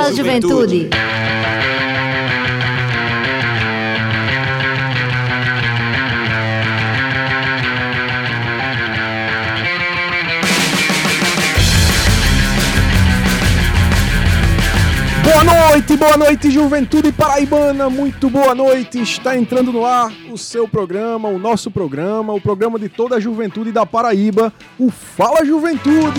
Fala Juventude. Boa noite, Juventude Paraibana, muito boa noite. Está entrando no ar o seu programa, o nosso programa, o programa de toda a juventude da Paraíba, o Fala Juventude.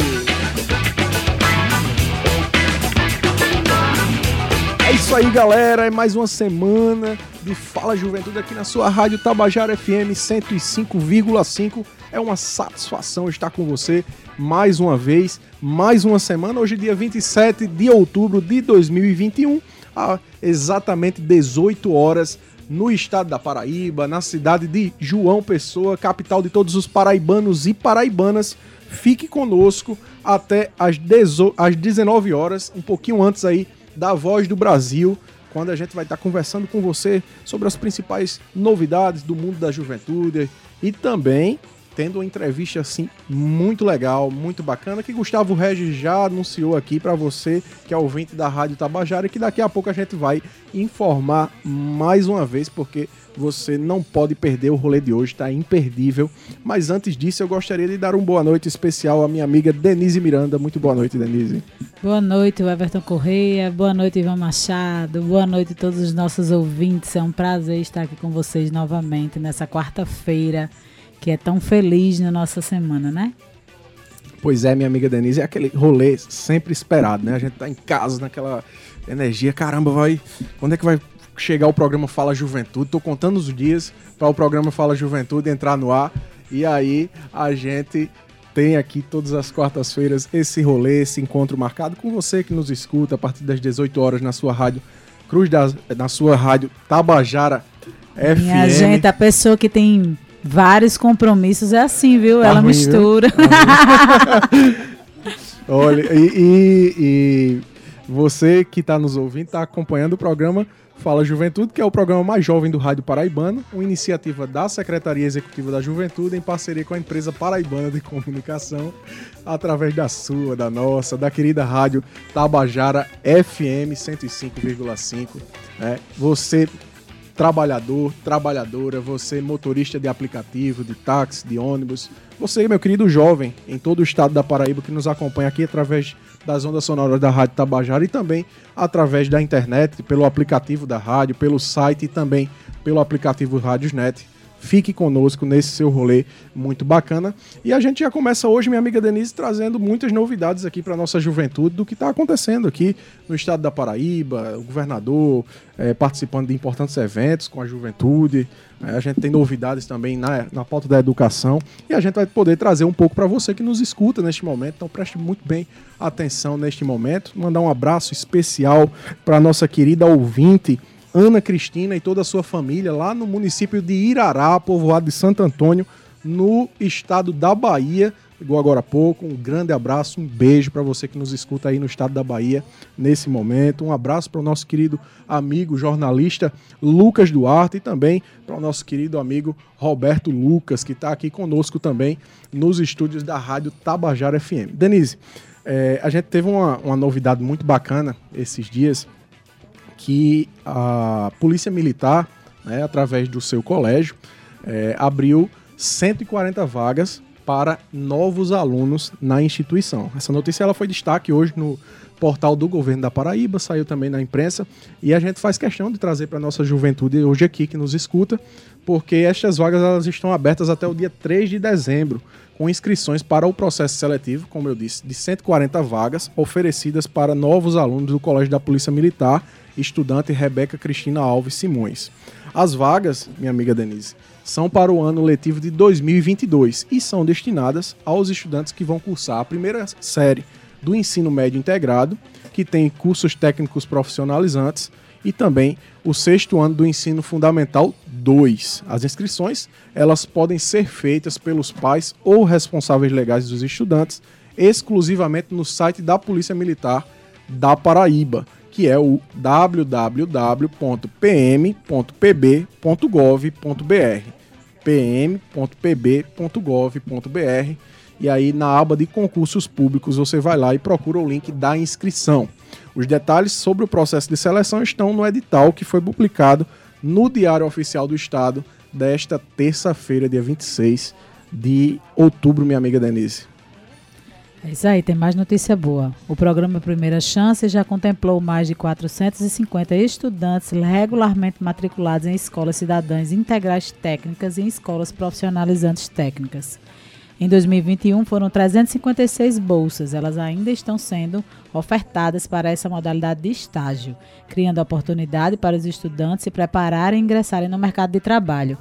É isso aí, galera, é mais uma semana de Fala Juventude aqui na sua rádio Tabajara FM 105,5. É uma satisfação estar com você mais uma vez, mais uma semana. Hoje, dia 27 de outubro de 2021, a exatamente 18 horas, no estado da Paraíba, na cidade de João Pessoa, capital de todos os paraibanos e paraibanas. Fique conosco até às 19 horas, um pouquinho antes aí da Voz do Brasil, quando a gente vai estar conversando com você sobre as principais novidades do mundo da juventude e também tendo uma entrevista assim muito legal, muito bacana, que Gustavo Regis já anunciou aqui para você, que é ouvinte da Rádio Tabajara, e que daqui a pouco a gente vai informar mais uma vez, porque você não pode perder o rolê de hoje, tá imperdível. Mas antes disso, eu gostaria de dar uma boa noite especial à minha amiga Denise Miranda. Muito boa noite, Denise. Boa noite, Everton Correia. Boa noite, Ivan Machado. Boa noite a todos os nossos ouvintes. É um prazer estar aqui com vocês novamente nessa quarta-feira, que é tão feliz na nossa semana, né? Pois é, minha amiga Denise, é aquele rolê sempre esperado, né? A gente tá em casa, naquela energia, caramba, quando é que vai chegar o programa Fala Juventude? Tô contando os dias para o programa Fala Juventude entrar no ar, e aí a gente tem aqui todas as quartas-feiras esse rolê, esse encontro marcado com você que nos escuta a partir das 18 horas na sua rádio na sua rádio Tabajara FM. Minha gente, a pessoa que tem vários compromissos é assim, viu? Tá ela ruim, mistura. Olha, e você que está nos ouvindo, está acompanhando o programa Fala Juventude, que é o programa mais jovem do Rádio Paraibano, uma iniciativa da Secretaria Executiva da Juventude em parceria com a empresa Paraibana de Comunicação, através da nossa, da querida Rádio Tabajara FM 105,5. Você trabalhador, trabalhadora, você motorista de aplicativo, de táxi, de ônibus, você, meu querido jovem, em todo o estado da Paraíba que nos acompanha aqui através das ondas sonoras da Rádio Tabajara e também através da internet, pelo aplicativo da rádio, pelo site e também pelo aplicativo Rádiosnet. Fique conosco nesse seu rolê muito bacana. E a gente já começa hoje, minha amiga Denise, trazendo muitas novidades aqui para a nossa juventude do que está acontecendo aqui no estado da Paraíba, o governador participando de importantes eventos com a juventude. A gente tem novidades também na pauta da educação e a gente vai poder trazer um pouco para você que nos escuta neste momento. Então preste muito bem atenção neste momento. Mandar um abraço especial para a nossa querida ouvinte, Ana Cristina, e toda a sua família lá no município de Irará, povoado de Santo Antônio, no estado da Bahia. Igual agora há pouco, um grande abraço, um beijo para você que nos escuta aí no estado da Bahia nesse momento. Um abraço para o nosso querido amigo jornalista Lucas Duarte e também para o nosso querido amigo Roberto Lucas, que está aqui conosco também nos estúdios da Rádio Tabajara FM. Denise, a gente teve uma novidade muito bacana esses dias, que a Polícia Militar, através do seu colégio, abriu 140 vagas para novos alunos na instituição. Essa notícia ela foi destaque hoje no portal do Governo da Paraíba, saiu também na imprensa, e a gente faz questão de trazer para a nossa juventude hoje aqui que nos escuta, porque estas vagas elas estão abertas até o dia 3 de dezembro, com inscrições para o processo seletivo, como eu disse, de 140 vagas oferecidas para novos alunos do Colégio da Polícia Militar, estudante Rebeca Cristina Alves Simões. As vagas, minha amiga Denise, são para o ano letivo de 2022 e são destinadas aos estudantes que vão cursar a primeira série do ensino médio integrado, que tem cursos técnicos profissionalizantes, e também o 6º ano do ensino fundamental 2. As inscrições elas podem ser feitas pelos pais ou responsáveis legais dos estudantes exclusivamente no site da Polícia Militar da Paraíba, que é o www.pm.pb.gov.br, pm.pb.gov.br, e aí na aba de concursos públicos você vai lá e procura o link da inscrição. Os detalhes sobre o processo de seleção estão no edital que foi publicado no Diário Oficial do Estado desta terça-feira, dia 26 de outubro, minha amiga Denise. É isso aí, tem mais notícia boa. O programa Primeira Chance já contemplou mais de 450 estudantes regularmente matriculados em escolas cidadãs integrais técnicas e em escolas profissionalizantes técnicas. Em 2021 foram 356 bolsas, elas ainda estão sendo ofertadas para essa modalidade de estágio, criando oportunidade para os estudantes se prepararem e ingressarem no mercado de trabalho.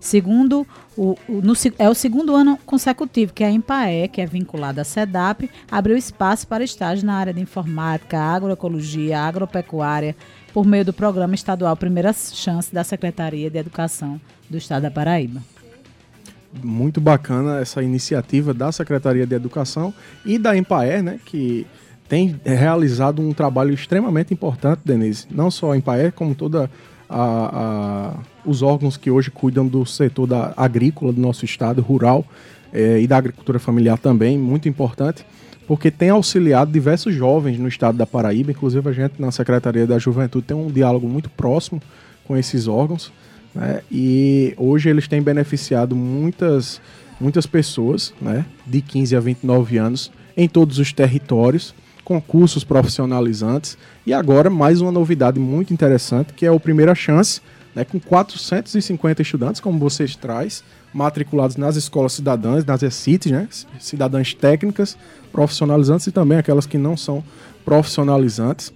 É o segundo ano consecutivo que a EMPAE, que é vinculada à SEDAP, abriu espaço para estágio na área de informática, agroecologia, agropecuária, por meio do programa estadual Primeira Chance da Secretaria de Educação do Estado da Paraíba. Muito bacana essa iniciativa da Secretaria de Educação e da EMPAE, né, que tem realizado um trabalho extremamente importante, Denise. Não só a EMPAE, como toda os órgãos que hoje cuidam do setor agrícola do nosso estado, rural, e da agricultura familiar também, muito importante, porque tem auxiliado diversos jovens no estado da Paraíba. Inclusive a gente na Secretaria da Juventude tem um diálogo muito próximo com esses órgãos, né? E hoje eles têm beneficiado muitas pessoas, né, de 15 a 29 anos em todos os territórios, com cursos profissionalizantes. E agora mais uma novidade muito interessante, que é o Primeira Chance, né, com 450 estudantes, como vocês traz, matriculados nas escolas cidadãs, nas ECITs, né, cidadãs técnicas, profissionalizantes e também aquelas que não são profissionalizantes.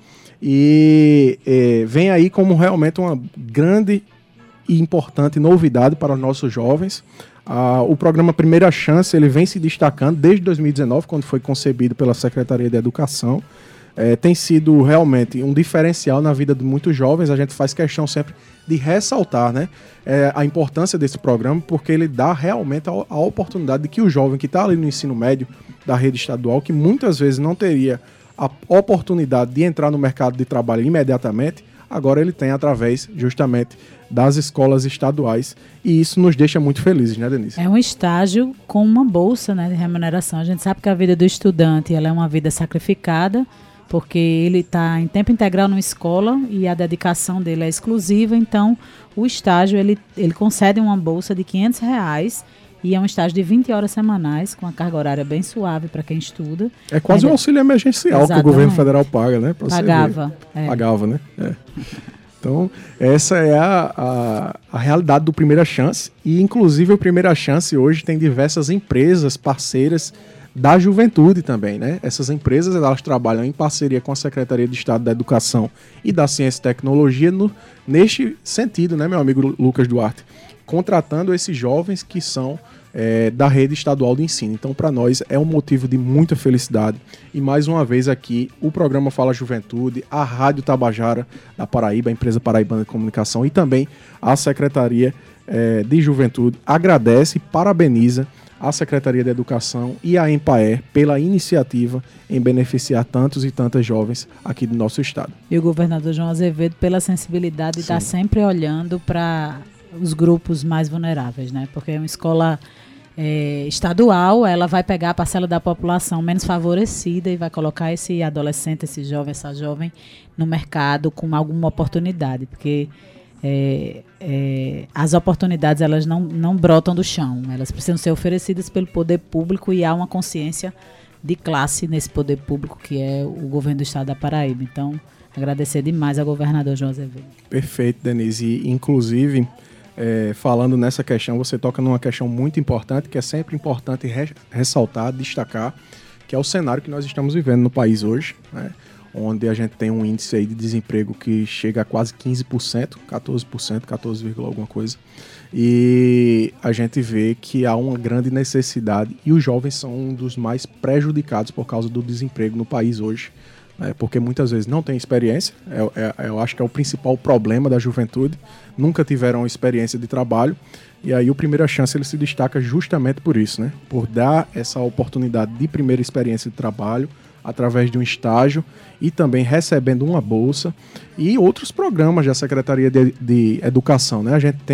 E vem aí como realmente uma grande e importante novidade para os nossos jovens. O programa Primeira Chance ele vem se destacando desde 2019, quando foi concebido pela Secretaria de Educação. Tem sido realmente um diferencial na vida de muitos jovens. A gente faz questão sempre de ressaltar, né, a importância desse programa, porque ele dá realmente a oportunidade de que o jovem que está ali no ensino médio da rede estadual, que muitas vezes não teria a oportunidade de entrar no mercado de trabalho imediatamente, agora ele tem através justamente das escolas estaduais, e isso nos deixa muito felizes, né, Denise? É um estágio com uma bolsa, né, de remuneração. A gente sabe que a vida do estudante ela é uma vida sacrificada, porque ele está em tempo integral numa escola e a dedicação dele é exclusiva. Então o estágio ele concede uma bolsa de R$500 e é um estágio de 20 horas semanais, com a carga horária bem suave para quem estuda. É quase um auxílio emergencial. Exatamente. Que o governo federal paga, né? Pagava. Pagava, né? Então, essa é a realidade do Primeira Chance. E, inclusive, o Primeira Chance hoje tem diversas empresas parceiras da juventude também, né? Essas empresas, elas trabalham em parceria com a Secretaria de Estado da Educação e da Ciência e Tecnologia neste sentido, né, meu amigo Lucas Duarte? Contratando esses jovens que são da rede estadual de ensino. Então, para nós, é um motivo de muita felicidade. E, mais uma vez aqui, o programa Fala Juventude, a Rádio Tabajara da Paraíba, a empresa paraibana de comunicação, e também a Secretaria de Juventude agradece e parabeniza a Secretaria de Educação e a EMPAE pela iniciativa em beneficiar tantos e tantas jovens aqui do nosso estado. E o governador João Azevedo pela sensibilidade de estar sempre olhando para os grupos mais vulneráveis, né? Porque é uma escola estadual, ela vai pegar a parcela da população menos favorecida e vai colocar esse adolescente, esse jovem, essa jovem no mercado com alguma oportunidade, porque as oportunidades elas não brotam do chão, elas precisam ser oferecidas pelo poder público e há uma consciência de classe nesse poder público que é o governo do estado da Paraíba. Então, agradecer demais ao governador João Azevedo. Perfeito, Denise. E, inclusive, falando nessa questão, você toca numa questão muito importante, que é sempre importante ressaltar, destacar, que é o cenário que nós estamos vivendo no país hoje, né? Onde a gente tem um índice aí de desemprego que chega a quase 15%, 14%, 14, alguma coisa. E a gente vê que há uma grande necessidade e os jovens são um dos mais prejudicados por causa do desemprego no país hoje, né? Porque muitas vezes não tem experiência, eu acho que é o principal problema da juventude, nunca tiveram experiência de trabalho, e aí o Primeira Chance ele se destaca justamente por isso, né? Por dar essa oportunidade de primeira experiência de trabalho, através de um estágio e também recebendo uma bolsa e outros programas da Secretaria de Educação, né? A gente tem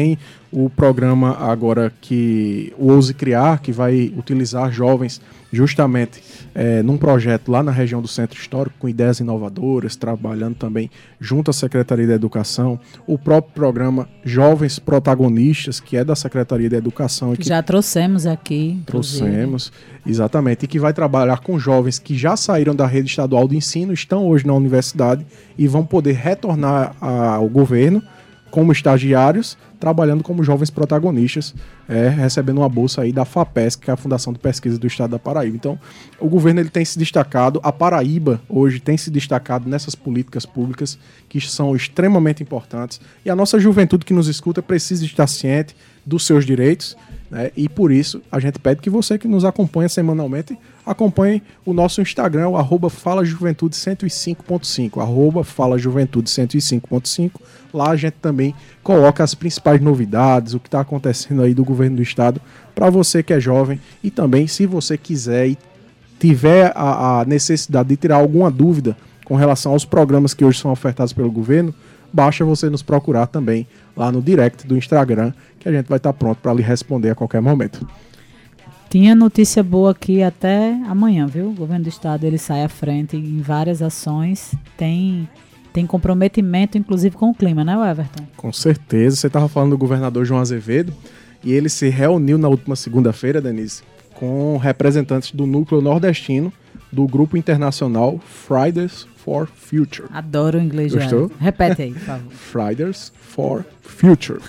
o programa agora que o Ouse Criar, que vai utilizar jovens justamente num projeto lá na região do Centro Histórico, com ideias inovadoras, trabalhando também junto à Secretaria da Educação, o próprio programa Jovens Protagonistas, que é da Secretaria da Educação. Que já trouxemos aqui. Trouxemos, exatamente, e que vai trabalhar com jovens que já saíram da rede estadual de ensino, estão hoje na universidade e vão poder retornar ao governo como estagiários, trabalhando como jovens protagonistas, recebendo uma bolsa aí da FAPESC, que é a Fundação de Pesquisa do Estado da Paraíba. Então, o governo ele tem se destacado, a Paraíba hoje tem se destacado nessas políticas públicas que são extremamente importantes, e a nossa juventude que nos escuta precisa estar ciente dos seus direitos, né? E por isso a gente pede que você que nos acompanha semanalmente acompanhe o nosso Instagram, o @falajuventude105.5, @falajuventude105.5. Lá a gente também coloca as principais novidades, o que está acontecendo aí do governo do estado, para você que é jovem, e também se você quiser e tiver a necessidade de tirar alguma dúvida com relação aos programas que hoje são ofertados pelo governo, basta você nos procurar também lá no direct do Instagram, que a gente vai estar pronto para lhe responder a qualquer momento. Tinha notícia boa aqui até amanhã, viu? O governo do estado ele sai à frente em várias ações, tem comprometimento inclusive com o clima, né, Everton? Com certeza. Você estava falando do governador João Azevedo e ele se reuniu na última segunda-feira, Denise, com representantes do núcleo nordestino do grupo internacional Fridays for Future. Adoro o inglês. Gostou? Já. Repete aí, por favor. Fridays for Future.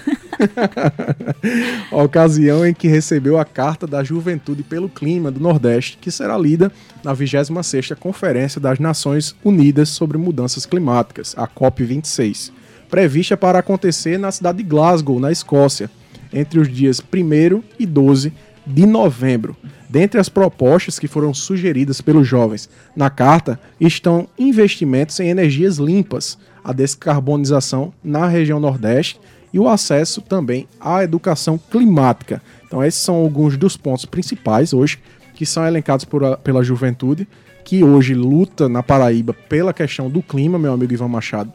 A ocasião em que recebeu a Carta da Juventude pelo Clima do Nordeste, que será lida na 26ª Conferência das Nações Unidas sobre Mudanças Climáticas, a COP26, prevista para acontecer na cidade de Glasgow, na Escócia, entre os dias 1º e 12 de novembro. Dentre as propostas que foram sugeridas pelos jovens na carta estão investimentos em energias limpas, a descarbonização na região Nordeste e o acesso também à educação climática. Então esses são alguns dos pontos principais hoje que são elencados pela juventude, que hoje luta na Paraíba pela questão do clima, meu amigo Ivan Machado,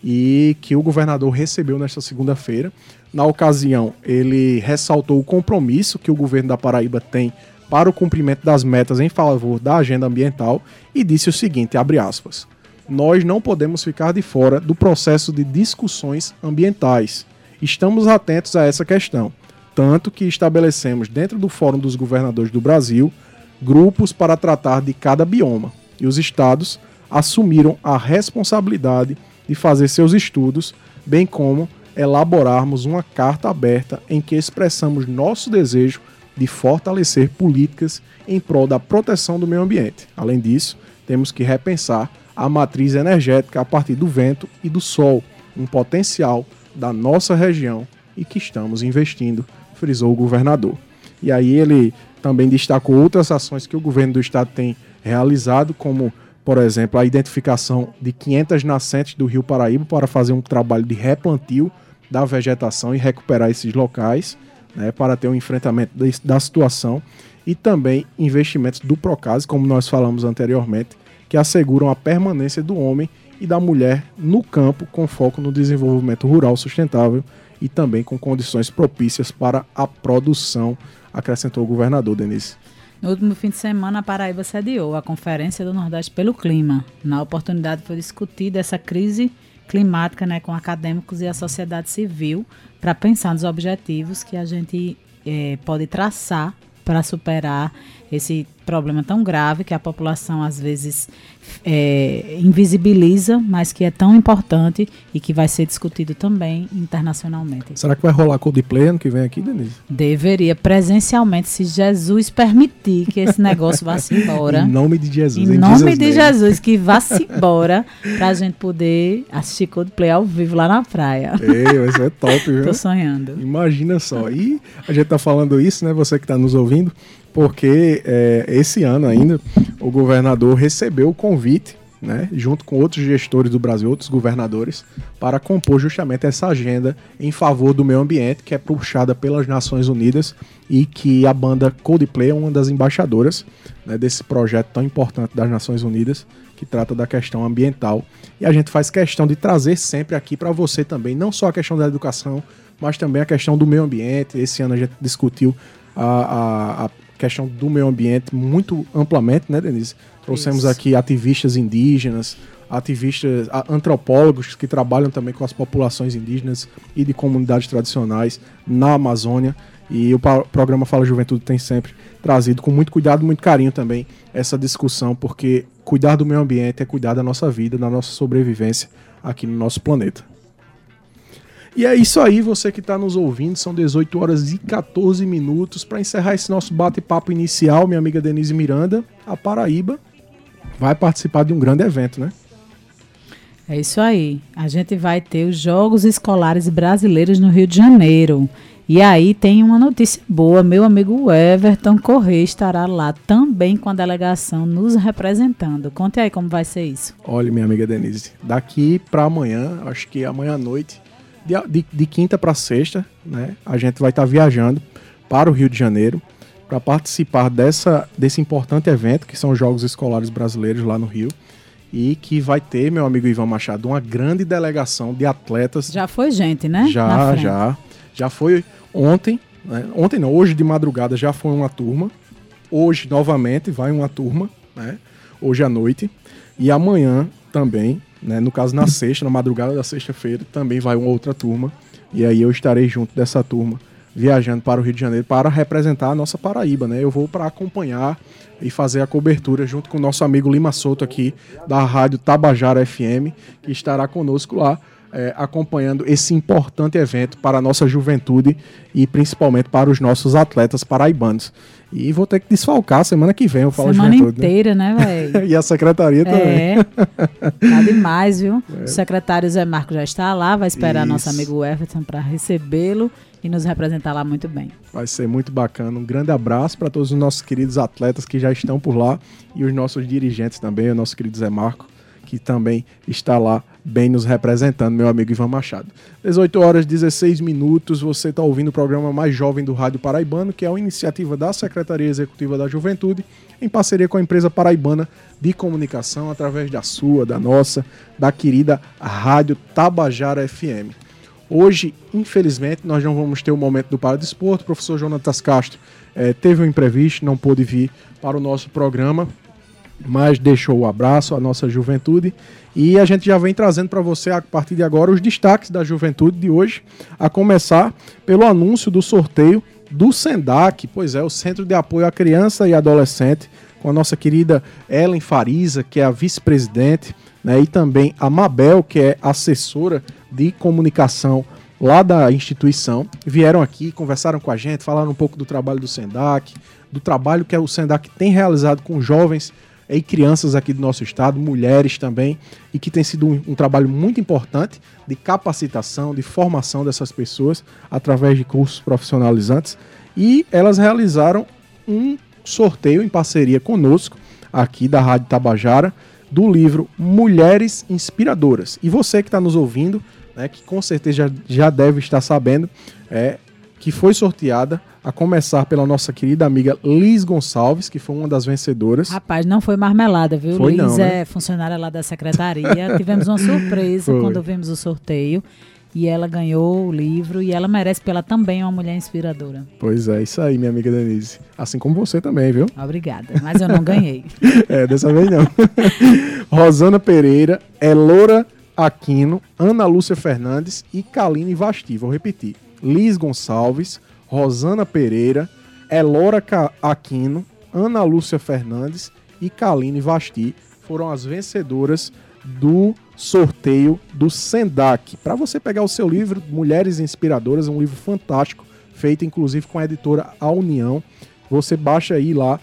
e que o governador recebeu nesta segunda-feira. Na ocasião, ele ressaltou o compromisso que o governo da Paraíba tem para o cumprimento das metas em favor da agenda ambiental e disse o seguinte, abre aspas, nós não podemos ficar de fora do processo de discussões ambientais. Estamos atentos a essa questão, tanto que estabelecemos dentro do Fórum dos Governadores do Brasil grupos para tratar de cada bioma, e os estados assumiram a responsabilidade de fazer seus estudos, bem como elaborarmos uma carta aberta em que expressamos nosso desejo de fortalecer políticas em prol da proteção do meio ambiente. Além disso, temos que repensar a matriz energética a partir do vento e do sol, um potencial da nossa região e que estamos investindo, frisou o governador. E aí ele também destacou outras ações que o governo do estado tem realizado, como, por exemplo, a identificação de 500 nascentes do Rio Paraíba para fazer um trabalho de replantio da vegetação e recuperar esses locais, né, para ter um enfrentamento da situação, e também investimentos do Procase, como nós falamos anteriormente, que asseguram a permanência do homem e da mulher no campo, com foco no desenvolvimento rural sustentável e também com condições propícias para a produção, acrescentou o governador, Denise. No último fim de semana, a Paraíba sediou a Conferência do Nordeste pelo Clima. Na oportunidade foi discutida essa crise climática, né, com acadêmicos e a sociedade civil, para pensar nos objetivos que a gente pode traçar para superar esse problema tão grave que a população às vezes invisibiliza, mas que é tão importante e que vai ser discutido também internacionalmente. Será que vai rolar Coldplay ano que vem aqui, Denise? Deveria, presencialmente, se Jesus permitir que esse negócio vá-se embora. Em nome de Jesus. Em nome de Jesus, que vá-se embora, pra gente poder assistir Coldplay ao vivo lá na praia. Ei, vai ser top, viu? Tô sonhando. Imagina só. E a gente tá falando isso, né, você que tá nos ouvindo, porque esse ano ainda o governador recebeu o convite né, junto com outros gestores do Brasil, outros governadores, para compor justamente essa agenda em favor do meio ambiente, que é puxada pelas Nações Unidas e que a banda Coldplay é uma das embaixadoras, né, desse projeto tão importante das Nações Unidas, que trata da questão ambiental. E a gente faz questão de trazer sempre aqui para você também, não só a questão da educação, mas também a questão do meio ambiente. Esse ano a gente discutiu a questão do meio ambiente muito amplamente, né, Denise? Trouxemos aqui ativistas indígenas, ativistas, antropólogos que trabalham também com as populações indígenas e de comunidades tradicionais na Amazônia. E o programa Fala Juventude tem sempre trazido com muito cuidado e muito carinho também essa discussão, porque cuidar do meio ambiente é cuidar da nossa vida, da nossa sobrevivência aqui no nosso planeta. E é isso aí, você que está nos ouvindo, são 18 horas e 14 minutos. Para encerrar esse nosso bate-papo inicial, minha amiga Denise Miranda, a Paraíba vai participar de um grande evento, né? É isso aí. A gente vai ter os Jogos Escolares Brasileiros no Rio de Janeiro. E aí tem uma notícia boa. Meu amigo Everton Corrêa estará lá também com a delegação nos representando. Conte aí como vai ser isso. Olha, minha amiga Denise, daqui para amanhã, acho que amanhã à noite, de quinta para sexta, né, a gente vai estar viajando para o Rio de Janeiro para participar desse importante evento, que são os Jogos Escolares Brasileiros lá no Rio, e que vai ter, meu amigo Ivan Machado, uma grande delegação de atletas. Já foi gente, né? Já foi ontem, né? Ontem não, hoje de madrugada já foi uma turma, hoje novamente vai uma turma, né? Hoje à noite, e amanhã também, né? No caso na sexta, na madrugada da sexta-feira, também vai uma outra turma, e aí eu estarei junto dessa turma, viajando para o Rio de Janeiro para representar a nossa Paraíba, né? Eu vou para acompanhar e fazer a cobertura junto com o nosso amigo Lima Souto aqui da Rádio Tabajara FM, que estará conosco lá, acompanhando esse importante evento para a nossa juventude e principalmente para os nossos atletas paraibanos. E vou ter que desfalcar semana que vem, eu falo semana juventude. Semana inteira, né, velho? E a secretaria também. Tá demais, viu? O secretário Zé Marco já está lá, vai esperar nosso amigo Everton para recebê-lo e nos representar lá muito bem. Vai ser muito bacana. Um grande abraço para todos os nossos queridos atletas que já estão por lá e os nossos dirigentes também, o nosso querido Zé Marco, que também está lá bem nos representando, meu amigo Ivan Machado. 18 horas e 16 minutos, você está ouvindo o programa mais jovem do Rádio Paraibano, que é uma iniciativa da Secretaria Executiva da Juventude, em parceria com a empresa paraibana de comunicação, através da sua, da nossa, da querida Rádio Tabajara FM. Hoje, infelizmente, nós não vamos ter o momento do Paradesporto. O professor Jonatas Castro teve um imprevisto, não pôde vir para o nosso programa, mas deixou o abraço à nossa juventude e a gente já vem trazendo para você a partir de agora os destaques da juventude de hoje, a começar pelo anúncio do sorteio do SENDAC, pois é, o Centro de Apoio à Criança e Adolescente, com a nossa querida Ellen Fariza, que é a vice-presidente, né, e também a Mabel, que é assessora de comunicação lá da instituição, vieram aqui, conversaram com a gente, falaram um pouco do trabalho do SENDAC, do trabalho que o SENDAC tem realizado com jovens e crianças aqui do nosso estado, mulheres também, e que tem sido um trabalho muito importante de capacitação, de formação dessas pessoas através de cursos profissionalizantes. E elas realizaram um sorteio em parceria conosco, aqui da Rádio Tabajara, do livro Mulheres Inspiradoras. E você que está nos ouvindo, né, que com certeza já deve estar sabendo, que foi sorteada, a começar pela nossa querida amiga Liz Gonçalves, que foi uma das vencedoras. Rapaz, não foi marmelada, viu? Foi Liz não, né? É funcionária lá da secretaria. Tivemos uma surpresa quando vimos o sorteio. E ela ganhou o livro e ela merece, porque ela também é uma mulher inspiradora. Pois é, isso aí, minha amiga Denise. Assim como você também, viu? Obrigada, mas eu não ganhei. Dessa vez não. Rosana Pereira, Elora Aquino, Ana Lúcia Fernandes e Kaline Vasti. Vou repetir. Liz Gonçalves, Rosana Pereira, Elora Aquino, Ana Lúcia Fernandes e Kaline Vasti foram as vencedoras do sorteio do SENDAC. Para você pegar o seu livro, Mulheres Inspiradoras, um livro fantástico, feito inclusive com a editora A União. Você baixa aí lá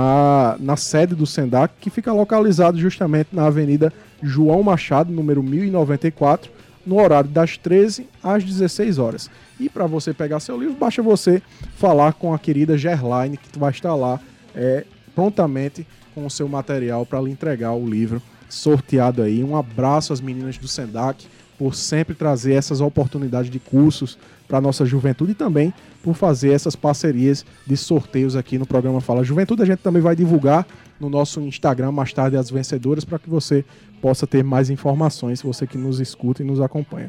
na sede do SENDAC, que fica localizado justamente na Avenida João Machado, número 1094, no horário das 13 às 16 horas. E para você pegar seu livro, basta você falar com a querida Gerlaine, que vai estar lá prontamente com o seu material para lhe entregar o livro sorteado aí. Um abraço às meninas do SENDAC por sempre trazer essas oportunidades de cursos para a nossa juventude e também por fazer essas parcerias de sorteios aqui no programa Fala Juventude. A gente também vai divulgar no nosso Instagram mais tarde as vencedoras para que você possa ter mais informações, você que nos escuta e nos acompanha.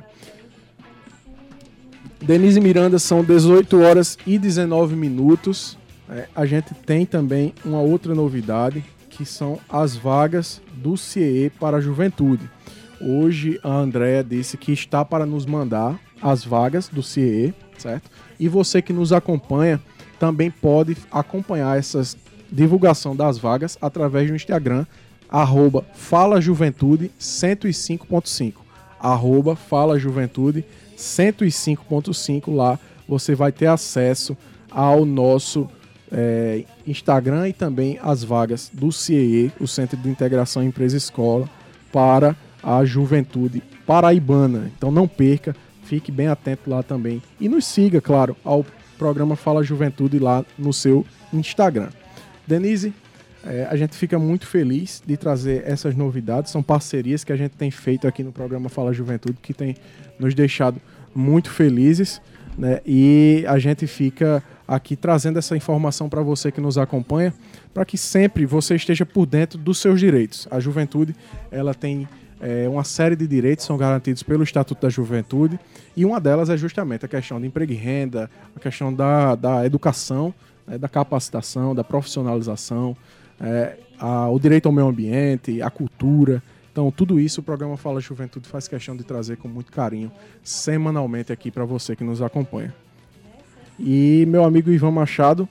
Denise Miranda, são 18 horas e 19 minutos. A gente tem também uma outra novidade, que são as vagas do CIE para a juventude. Hoje a Andréa disse que está para nos mandar as vagas do CIE, certo? E você que nos acompanha também pode acompanhar essa divulgação das vagas através do Instagram, @falajuventude105.5, @falajuventude105.5. Lá você vai ter acesso ao nosso Instagram e também as vagas do CIE, o Centro de Integração Empresa-Escola, para a juventude paraibana. Então não perca, fique bem atento lá também. E nos siga, claro, ao programa Fala Juventude lá no seu Instagram. Denise, a gente fica muito feliz de trazer essas novidades. São parcerias que a gente tem feito aqui no programa Fala Juventude, que tem nos deixado muito felizes, né? E a gente fica aqui trazendo essa informação para você que nos acompanha, para que sempre você esteja por dentro dos seus direitos. A juventude, ela tem uma série de direitos, são garantidos pelo Estatuto da Juventude, e uma delas é justamente a questão de emprego e renda, a questão da educação, da capacitação, da profissionalização, o direito ao meio ambiente, a cultura. Então, tudo isso o programa Fala Juventude faz questão de trazer com muito carinho, semanalmente aqui para você que nos acompanha. E meu amigo Ivan Machado,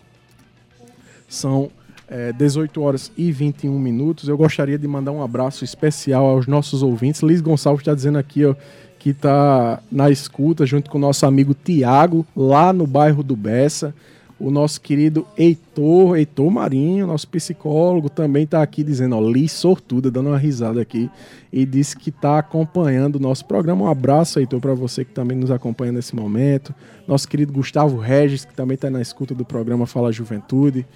são 18 horas e 21 minutos. Eu gostaria de mandar um abraço especial aos nossos ouvintes. Liz Gonçalves está dizendo aqui, ó, que está na escuta junto com o nosso amigo Tiago, lá no bairro do Bessa. O nosso querido Heitor Marinho, nosso psicólogo, também está aqui dizendo, ó, Liz sortuda, dando uma risada aqui, e disse que está acompanhando o nosso programa. Um abraço, Heitor, para você que também nos acompanha nesse momento. Nosso querido Gustavo Regis, que também está na escuta do programa Fala Juventude.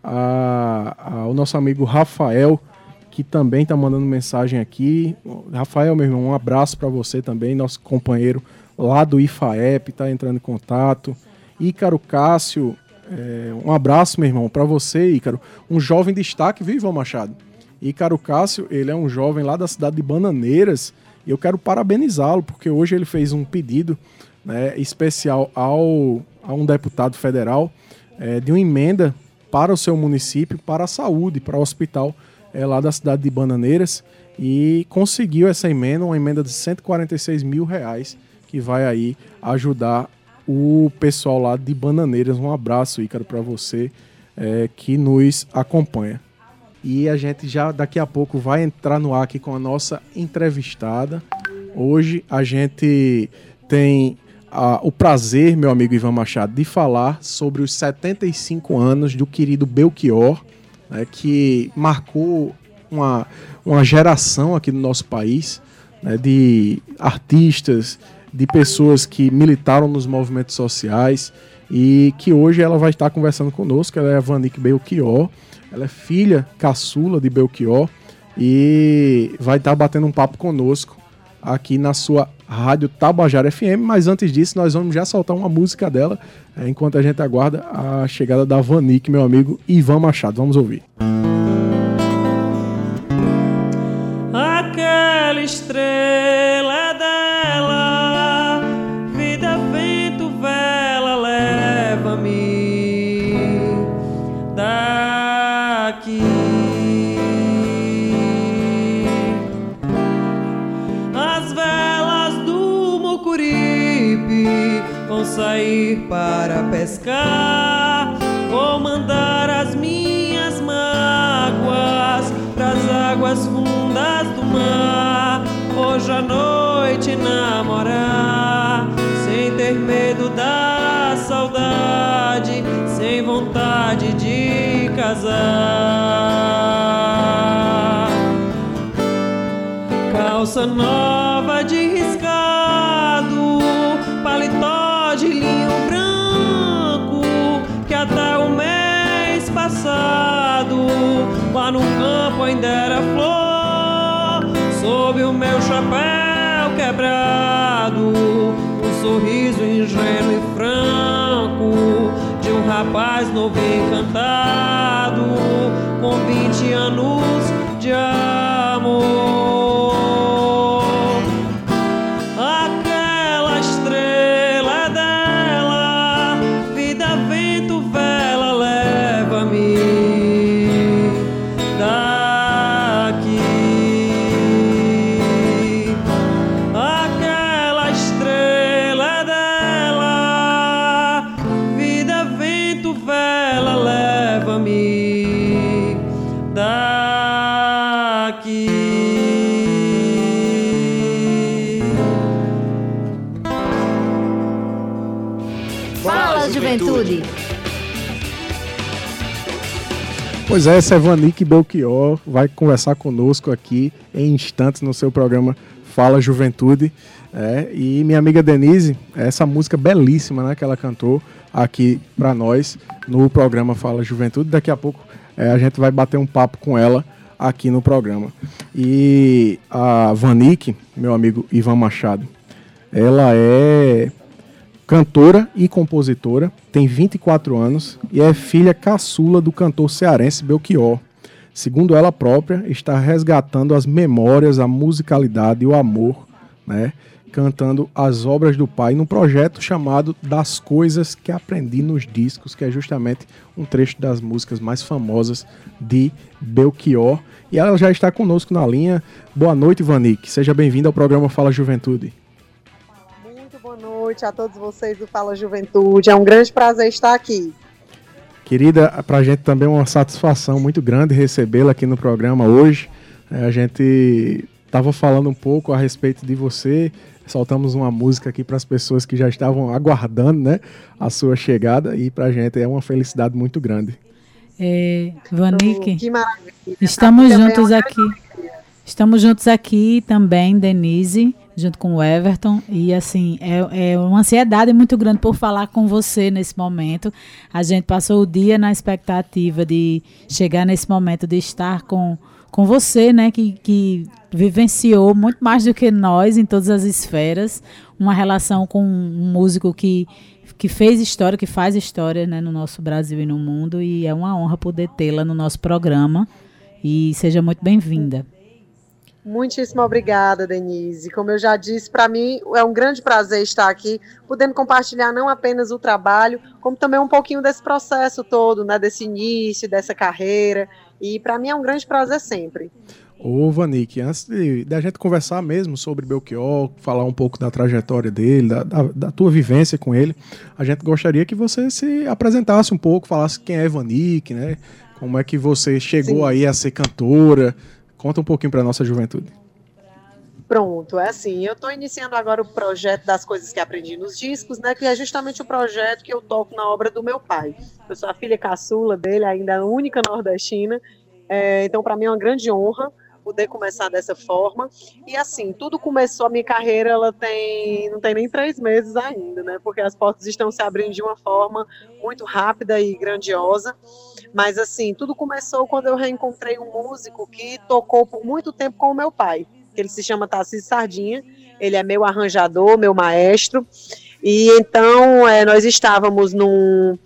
O nosso amigo Rafael, que também está mandando mensagem aqui. Rafael, meu irmão, um abraço para você também, nosso companheiro lá do IFAEP, está entrando em contato. Ícaro Cássio, um abraço, meu irmão, para você, Ícaro. Um jovem destaque, viu, Ivan Machado? Ícaro Cássio, ele é um jovem lá da cidade de Bananeiras, e eu quero parabenizá-lo, porque hoje ele fez um pedido, né, especial a um deputado federal de uma emenda para o seu município, para a saúde, para o hospital lá da cidade de Bananeiras, e conseguiu essa emenda, uma emenda de R$146 mil, que vai aí ajudar o pessoal lá de Bananeiras. Um abraço, Ícaro, para você que nos acompanha. E a gente já daqui a pouco vai entrar no ar aqui com a nossa entrevistada. Hoje a gente tem o prazer, meu amigo Ivan Machado, de falar sobre os 75 anos do querido Belchior, né, que marcou uma geração aqui no nosso país, né, de artistas, de pessoas que militaram nos movimentos sociais, e que hoje ela vai estar conversando conosco. Ela é a Vanique Belchior, ela é filha caçula de Belchior, e vai estar batendo um papo conosco aqui na sua Rádio Tabajara FM. Mas antes disso, nós vamos já soltar uma música dela, enquanto a gente aguarda a chegada da Vanique, meu amigo Ivan Machado. Vamos ouvir. Aquela estrela dela, vida, vento, vela, leva-me daqui. As velas do Mucuripe vão sair para pescar, vou mandar as minhas mágoas pras águas fundas do mar. Hoje à noite namorar, sem ter medo da saudade, sem vontade de casar. Calça nova de riscado, paletó de linho branco, que até o mês passado lá no campo ainda era flor. sob o meu chapéu quebrado, um sorriso ingênuo e franco de um rapaz novo e encantado, com 20 anos de amor. Aquela estrela dela, vida, vento, vela, leva-me daqui. Aquela estrela dela, vida, vento, vela, leva-me daqui. Fala, juventude! Pois é, essa é Vanique Belchior, vai conversar conosco aqui em instantes no seu programa Fala Juventude. E minha amiga Denise, essa música belíssima, né, que ela cantou aqui para nós no programa Fala Juventude. Daqui a pouco a gente vai bater um papo com ela aqui no programa. E a Vanique, meu amigo Ivan Machado, ela é cantora e compositora, tem 24 anos e é filha caçula do cantor cearense Belchior. Segundo ela própria, está resgatando as memórias, a musicalidade e o amor, né, cantando as obras do pai num projeto chamado Das Coisas que Aprendi nos Discos, que é justamente um trecho das músicas mais famosas de Belchior. E ela já está conosco na linha. Boa noite, Vanique. Seja bem-vinda ao programa Fala Juventude. Boa noite a todos vocês do Fala Juventude, é um grande prazer estar aqui. Querida, pra gente também é uma satisfação muito grande recebê-la aqui no programa hoje. A gente estava falando um pouco a respeito de você, soltamos uma música aqui para as pessoas que já estavam aguardando, né, a sua chegada, e pra gente é uma felicidade muito grande. Vanique, que maravilha. Estamos juntos aqui. Estamos juntos aqui também, Denise, junto com o Everton, e assim, é uma ansiedade muito grande por falar com você nesse momento. A gente passou o dia na expectativa de chegar nesse momento de estar com você, né, que vivenciou muito mais do que nós em todas as esferas, uma relação com um músico que fez história, que faz história, né, no nosso Brasil e no mundo, e é uma honra poder tê-la no nosso programa, e seja muito bem-vinda. Muitíssimo obrigada, Denise. Como eu já disse, para mim é um grande prazer estar aqui, podendo compartilhar não apenas o trabalho, como também um pouquinho desse processo todo, né, desse início, dessa carreira. E para mim é um grande prazer sempre. Ô, Vanique, antes da gente conversar mesmo sobre Belchior, falar um pouco da trajetória dele, da tua vivência com ele, a gente gostaria que você se apresentasse um pouco, falasse quem é Vanique, né? Como é que você chegou aí a ser cantora. Conta um pouquinho para a nossa juventude. Pronto, é assim, eu estou iniciando agora o projeto Das Coisas que Aprendi nos Discos, né, que é justamente o projeto que eu toco na obra do meu pai. Eu sou a filha caçula dele, ainda a única nordestina, então para mim é uma grande honra poder começar dessa forma. E assim, tudo começou, a minha carreira, ela não tem nem 3 meses ainda, né, porque as portas estão se abrindo de uma forma muito rápida e grandiosa. Mas assim, tudo começou quando eu reencontrei um músico que tocou por muito tempo com o meu pai. Ele se chama Tarcísio Sardinha, ele é meu arranjador, meu maestro. E então nós estávamos num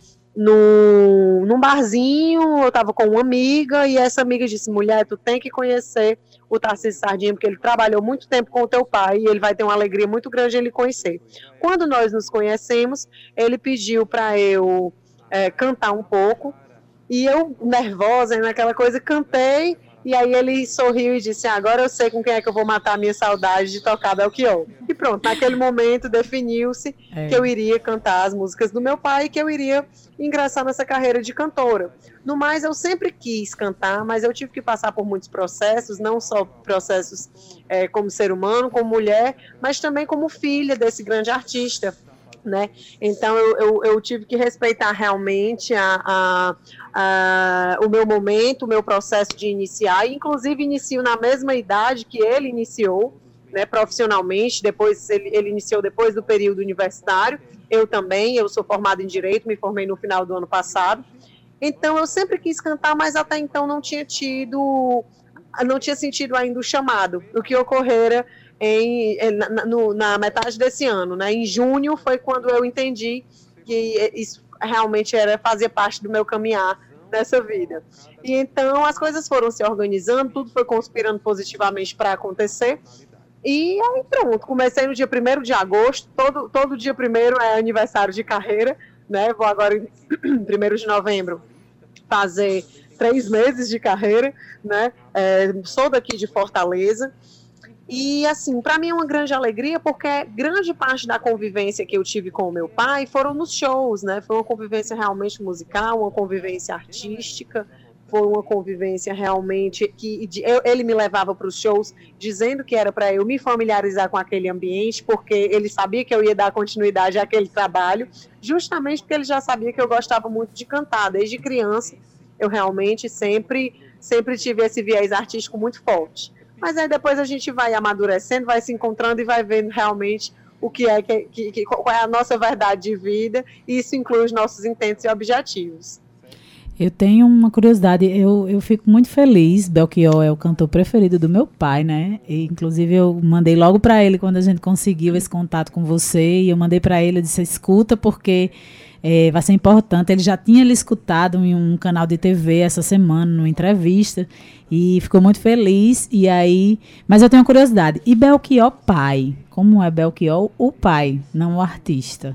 barzinho, eu estava com uma amiga, e essa amiga disse: mulher, tu tem que conhecer o Tarcísio Sardinha, porque ele trabalhou muito tempo com o teu pai, e ele vai ter uma alegria muito grande em lhe conhecer. Quando nós nos conhecemos, ele pediu para eu cantar um pouco, e eu, nervosa, naquela coisa, cantei, e aí ele sorriu e disse: agora eu sei com quem é que eu vou matar a minha saudade de tocar Belchior. E pronto, naquele momento definiu-se que eu iria cantar as músicas do meu pai e que eu iria ingressar nessa carreira de cantora. No mais, eu sempre quis cantar, mas eu tive que passar por muitos processos, não só processos como ser humano, como mulher, mas também como filha desse grande artista, né? Então eu tive que respeitar realmente o meu momento, o meu processo de iniciar, e inclusive inicio na mesma idade que ele iniciou, né, profissionalmente. Depois ele iniciou depois do período universitário, eu também, eu sou formada em Direito, me formei no final do ano passado. Então eu sempre quis cantar, mas até então não tinha tido não tinha sentido ainda o chamado, o que ocorrera na metade desse ano, né? Em junho foi quando eu entendi que isso realmente fazia parte do meu caminhar nessa vida. E então as coisas foram se organizando, tudo foi conspirando positivamente para acontecer. E aí pronto, comecei no dia 1º de agosto, todo dia 1º é aniversário de carreira, né? Vou agora em 1º de novembro fazer 3 meses de carreira, né? Sou daqui de Fortaleza. E, assim, para mim é uma grande alegria, porque grande parte da convivência que eu tive com o meu pai foram nos shows, né? Foi uma convivência realmente musical, uma convivência artística, foi uma convivência realmente que ele me levava para os shows dizendo que era para eu me familiarizar com aquele ambiente, porque ele sabia que eu ia dar continuidade àquele trabalho, justamente porque ele já sabia que eu gostava muito de cantar. Desde criança, eu realmente sempre tive esse viés artístico muito forte. Mas aí depois a gente vai amadurecendo, vai se encontrando e vai vendo realmente o que é qual é a nossa verdade de vida, e isso inclui os nossos intentos e objetivos. Eu tenho uma curiosidade, eu fico muito feliz. Belchior é o cantor preferido do meu pai, né? E, inclusive eu mandei logo para ele quando a gente conseguiu esse contato com você, e eu mandei para ele, eu disse, escuta, porque vai ser importante. Ele já tinha lhe escutado em um canal de TV essa semana, numa entrevista, e ficou muito feliz. E aí, mas eu tenho uma curiosidade, e Belchior pai? Como é Belchior o pai, não o artista?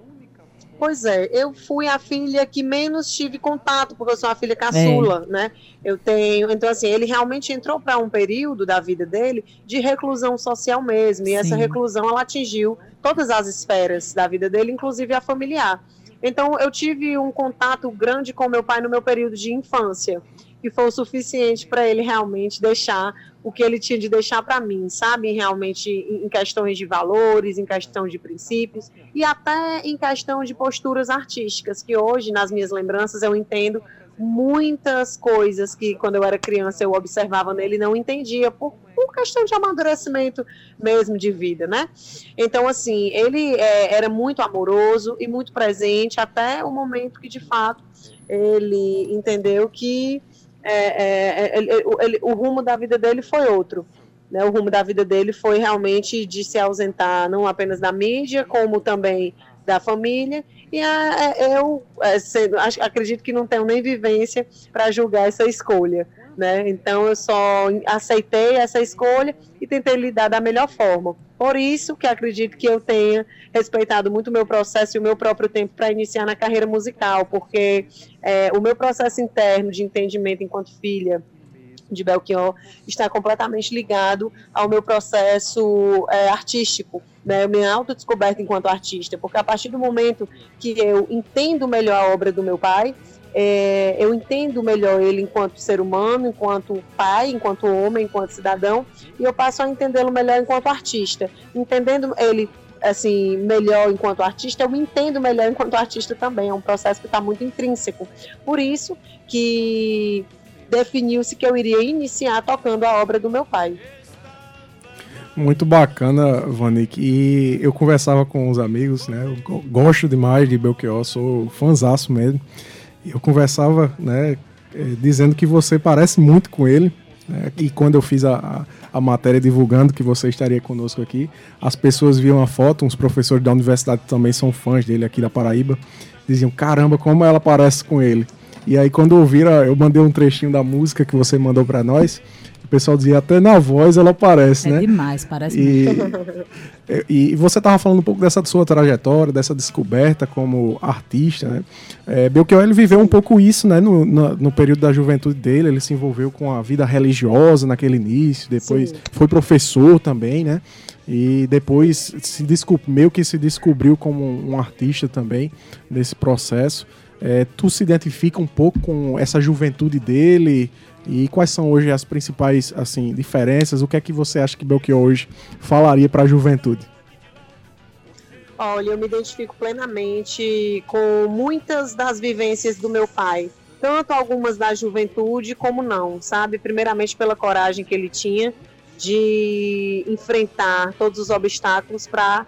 Pois é, eu fui a filha que menos tive contato, porque eu sou a filha caçula, né? Então assim, ele realmente entrou para um período da vida dele de reclusão social mesmo, e essa reclusão, ela atingiu todas as esferas da vida dele, inclusive a familiar. Então eu tive um contato grande com meu pai no meu período de infância, que foi o suficiente para ele realmente deixar o que ele tinha de deixar para mim, sabe? Realmente em questões de valores, em questão de princípios e até em questão de posturas artísticas, que hoje, nas minhas lembranças, eu entendo muitas coisas que quando eu era criança eu observava nele e não entendia, por questão de amadurecimento mesmo de vida, né? Então, assim, ele era muito amoroso e muito presente até o momento que, de fato, ele entendeu que o rumo da vida dele foi outro, né? O rumo da vida dele foi realmente de se ausentar não apenas da mídia, como também da família, e eu acredito que não tenho nem vivência para julgar essa escolha, né? Então eu só aceitei essa escolha e tentei lidar da melhor forma. Por isso que acredito que eu tenha respeitado muito o meu processo e o meu próprio tempo para iniciar na carreira musical, porque o meu processo interno de entendimento enquanto filha de Belchior está completamente ligado ao meu processo artístico, né, minha autodescoberta enquanto artista, porque a partir do momento que eu entendo melhor a obra do meu pai, eu entendo melhor ele enquanto ser humano, enquanto pai, enquanto homem, enquanto cidadão, e eu passo a entendê-lo melhor enquanto artista. Entendendo ele assim, melhor enquanto artista, eu me entendo melhor enquanto artista também. É um processo que está muito intrínseco. Por isso que definiu-se que eu iria iniciar tocando a obra do meu pai. Muito bacana, Vanik. E eu conversava com os amigos, né? Eu gosto demais de Belchior, sou fãzaço mesmo. Eu conversava, né, dizendo que você parece muito com ele, né? E quando eu fiz a matéria divulgando que você estaria conosco aqui, as pessoas viam a foto, uns professores da universidade também são fãs dele aqui da Paraíba, diziam, caramba, como ela parece com ele. E aí quando ouviram, eu mandei um trechinho da música que você mandou para nós, o pessoal dizia, até na voz ela parece, né? É demais, parece muito. E você estava falando um pouco dessa sua trajetória, dessa descoberta como artista, né? Belchior, ele viveu um pouco isso, né? No período da juventude dele, ele se envolveu com a vida religiosa naquele início, depois foi professor também, né? E depois meio que se descobriu como um artista também nesse processo. Tu se identifica um pouco com essa juventude dele? E quais são hoje as principais assim, diferenças? O que é que você acha que Belchior hoje falaria para a juventude? Olha, eu me identifico plenamente com muitas das vivências do meu pai. Tanto algumas da juventude como não, sabe? Primeiramente pela coragem que ele tinha de enfrentar todos os obstáculos para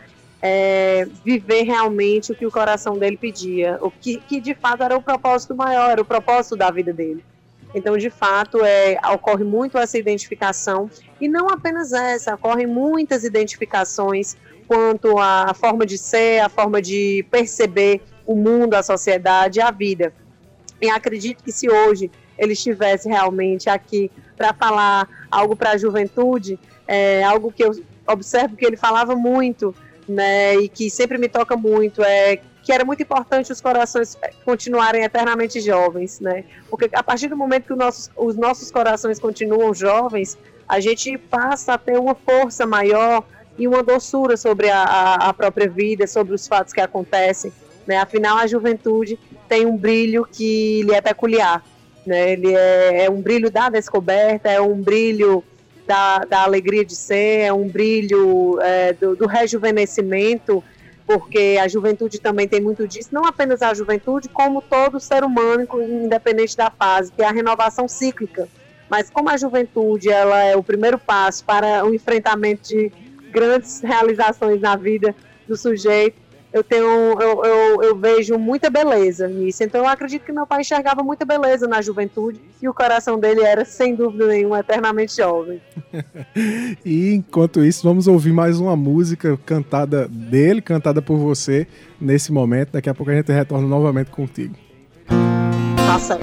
viver realmente o que o coração dele pedia. O que de fato era o propósito maior, era o propósito da vida dele. Então, de fato, ocorre muito essa identificação, e não apenas essa, ocorrem muitas identificações quanto à forma de ser, a forma de perceber o mundo, a sociedade, a vida. E acredito que se hoje ele estivesse realmente aqui para falar algo para a juventude, algo que eu observo que ele falava muito, né, e que sempre me toca muito, que era muito importante os corações continuarem eternamente jovens, né? Porque a partir do momento que os nossos corações continuam jovens, a gente passa a ter uma força maior e uma doçura sobre a própria vida, sobre os fatos que acontecem, né? Afinal, a juventude tem um brilho que lhe é peculiar, né? Ele é um brilho da descoberta, é um brilho da alegria de ser, é um brilho do rejuvenescimento, porque a juventude também tem muito disso, não apenas a juventude, como todo ser humano, independente da fase, que é a renovação cíclica. Mas como a juventude ela é o primeiro passo para o enfrentamento de grandes realizações na vida do sujeito, eu vejo muita beleza nisso. Então eu acredito que meu pai enxergava muita beleza na juventude, e o coração dele era, sem dúvida nenhuma, eternamente jovem. E enquanto isso, vamos ouvir mais uma música cantada dele, cantada por você nesse momento. Daqui a pouco a gente retorna novamente contigo. Tá certo.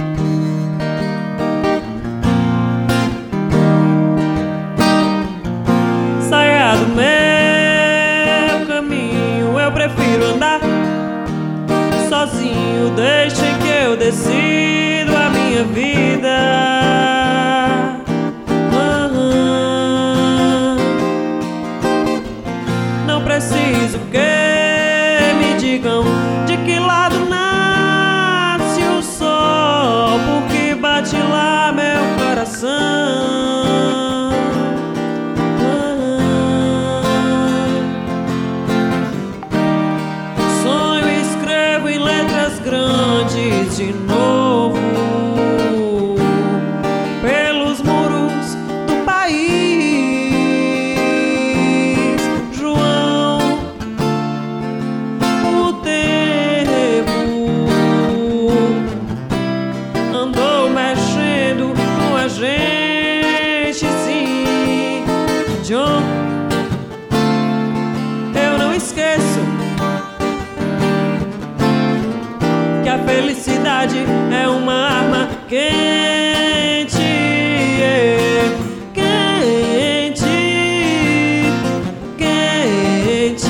Saia do meu caminho, eu prefiro andar sozinho, deixem que eu decido a minha vida. Não preciso que me digam de que lado nasce o sol, porque bate lá meu coração. Grandes de novo pelos muros do país, João. O tempo andou mexendo com a gente, sim, John. Eu não esqueço que a felicidade é uma arma quente, quente, quente.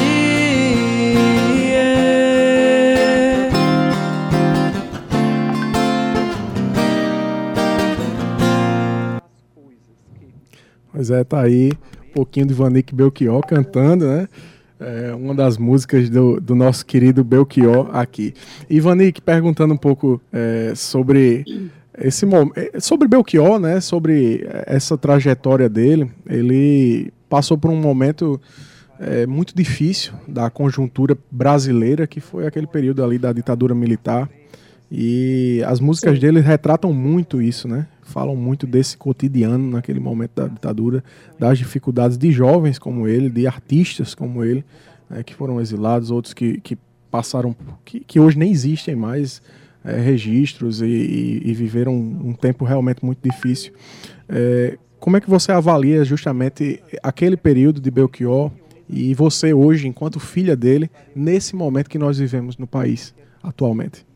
Pois é, tá aí um pouquinho de Ivanique Belchior cantando, né? Uma das músicas do nosso querido Belchior aqui. Ivanique, perguntando um pouco sobre esse sobre Belchior, né? Sobre essa trajetória dele. Ele passou por um momento muito difícil da conjuntura brasileira, que foi aquele período ali da ditadura militar. E as músicas dele retratam muito isso, né? Falam muito desse cotidiano naquele momento da ditadura, das dificuldades de jovens como ele, de artistas como ele, né, que foram exilados, outros que passaram, que hoje nem existem mais registros e viveram um tempo realmente muito difícil. Como é que você avalia justamente aquele período de Belchior e você hoje, enquanto filha dele, nesse momento que nós vivemos no país atualmente?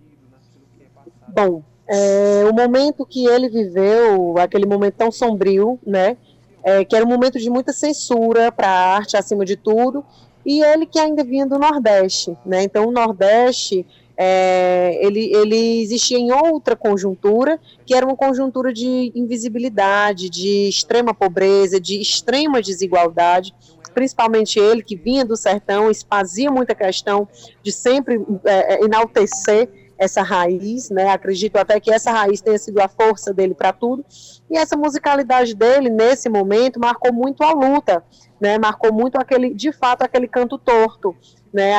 Bom, o momento que ele viveu, aquele momento tão sombrio, né, que era um momento de muita censura para a arte, acima de tudo, e ele que ainda vinha do Nordeste, né, então o Nordeste, ele existia em outra conjuntura, que era uma conjuntura de invisibilidade, de extrema pobreza, de extrema desigualdade, principalmente ele, que vinha do sertão, fazia muita questão de sempre enaltecer essa raiz, né? Acredito até que essa raiz tenha sido a força dele para tudo, e essa musicalidade dele, nesse momento, marcou muito a luta, né? Marcou muito de fato, aquele canto torto, né?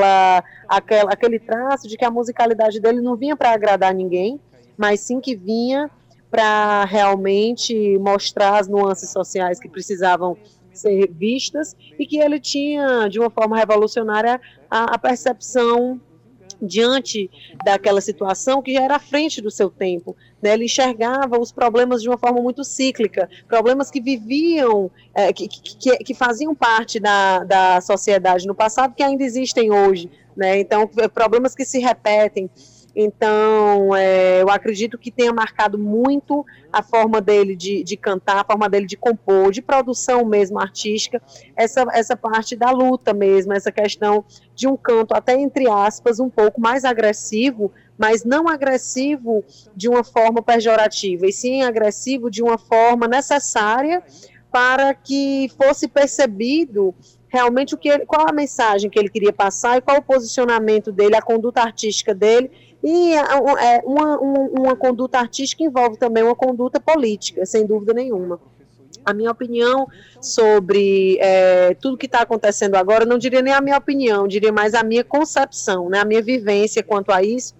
Aquele traço de que a musicalidade dele não vinha para agradar ninguém, mas sim que vinha para realmente mostrar as nuances sociais que precisavam ser vistas, e que ele tinha, de uma forma revolucionária, a percepção diante daquela situação que já era à frente do seu tempo, né? Ele enxergava os problemas de uma forma muito cíclica, problemas que viviam, que faziam parte da sociedade no passado, que ainda existem hoje, né? Então, problemas que se repetem. Então, eu acredito que tenha marcado muito a forma dele de cantar, a forma dele de compor, de produção mesmo artística, essa parte da luta mesmo, essa questão de um canto até, entre aspas, um pouco mais agressivo, mas não agressivo de uma forma pejorativa, e sim agressivo de uma forma necessária para que fosse percebido realmente qual a mensagem que ele queria passar e qual o posicionamento dele, a conduta artística dele. E uma conduta artística envolve também uma conduta política, sem dúvida nenhuma. A minha opinião sobre tudo que está acontecendo agora, não diria nem a minha opinião, diria mais a minha concepção, né, a minha vivência quanto a isso.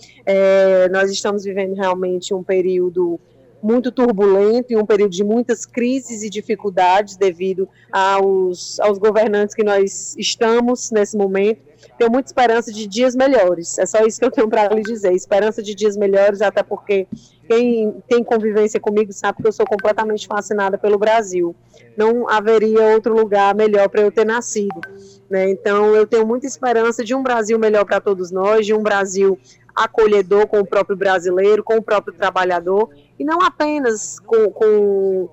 Nós estamos vivendo realmente um período muito turbulento e um período de muitas crises e dificuldades devido aos governantes que nós estamos nesse momento. Tenho muita esperança de dias melhores, é só isso que eu tenho para lhe dizer, esperança de dias melhores, até porque quem tem convivência comigo sabe que eu sou completamente fascinada pelo Brasil, não haveria outro lugar melhor para eu ter nascido, né? Então eu tenho muita esperança de um Brasil melhor para todos nós, de um Brasil acolhedor com o próprio brasileiro, com o próprio trabalhador, e não apenas com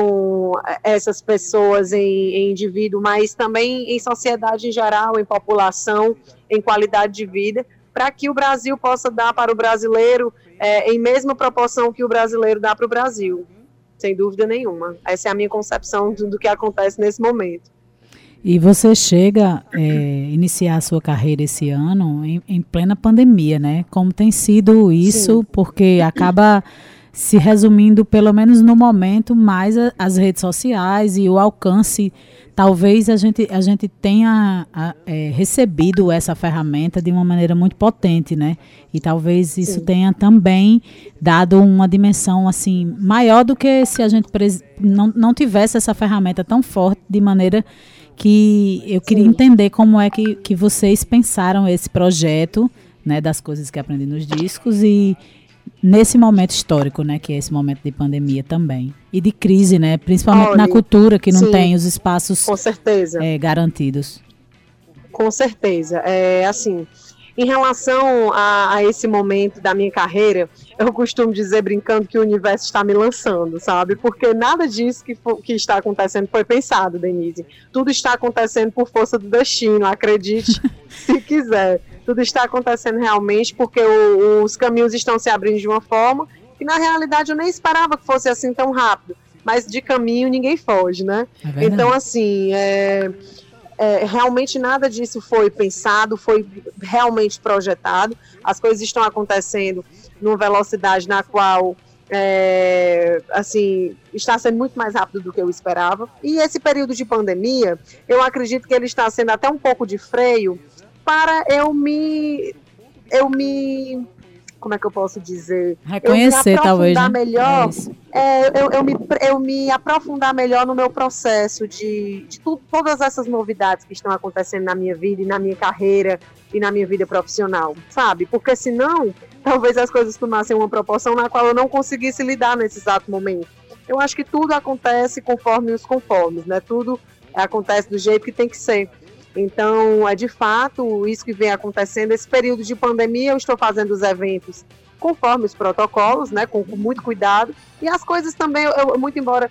essas pessoas em indivíduo, mas também em sociedade em geral, em população, em qualidade de vida, para que o Brasil possa dar para o brasileiro em mesma proporção que o brasileiro dá para o Brasil, sem dúvida nenhuma. Essa é a minha concepção do que acontece nesse momento. E você chega a iniciar a sua carreira esse ano em plena pandemia, né? Como tem sido isso? Sim. Porque acaba se resumindo, pelo menos no momento, mais as redes sociais e o alcance. Talvez a gente tenha recebido essa ferramenta de uma maneira muito potente, né? E talvez isso tenha também dado uma dimensão assim maior do que se a gente não tivesse essa ferramenta tão forte, de maneira que eu queria entender como é que vocês pensaram esse projeto, né, das coisas que aprendi nos discos, e nesse momento histórico, né, que é esse momento de pandemia também. E de crise, né, principalmente na cultura, que não tem os espaços com certeza. Garantidos. Com certeza. Assim, em relação a esse momento da minha carreira, eu costumo dizer, brincando, que o universo está me lançando, sabe? Porque nada disso que está acontecendo foi pensado, Denise. Tudo está acontecendo por força do destino, acredite se quiser. Tudo está acontecendo realmente porque os caminhos estão se abrindo de uma forma que, na realidade, eu nem esperava que fosse assim tão rápido. Mas de caminho ninguém foge, né? Então, assim, realmente nada disso foi pensado, foi realmente projetado. As coisas estão acontecendo numa velocidade na qual assim, está sendo muito mais rápido do que eu esperava. E esse período de pandemia, eu acredito que ele está sendo até um pouco de freio para eu me como é que eu posso dizer? Reconhecer, talvez, né? Melhor, eu me aprofundar melhor no meu processo de todas essas novidades que estão acontecendo na minha vida e na minha carreira e na minha vida profissional, sabe? Porque senão, talvez as coisas tomassem uma proporção na qual eu não conseguisse lidar nesse exato momento. Eu acho que tudo acontece conforme os conformes, né? Tudo acontece do jeito que tem que ser. Então, de fato, isso que vem acontecendo, esse período de pandemia, eu estou fazendo os eventos conforme os protocolos, né, com muito cuidado, e as coisas também, muito embora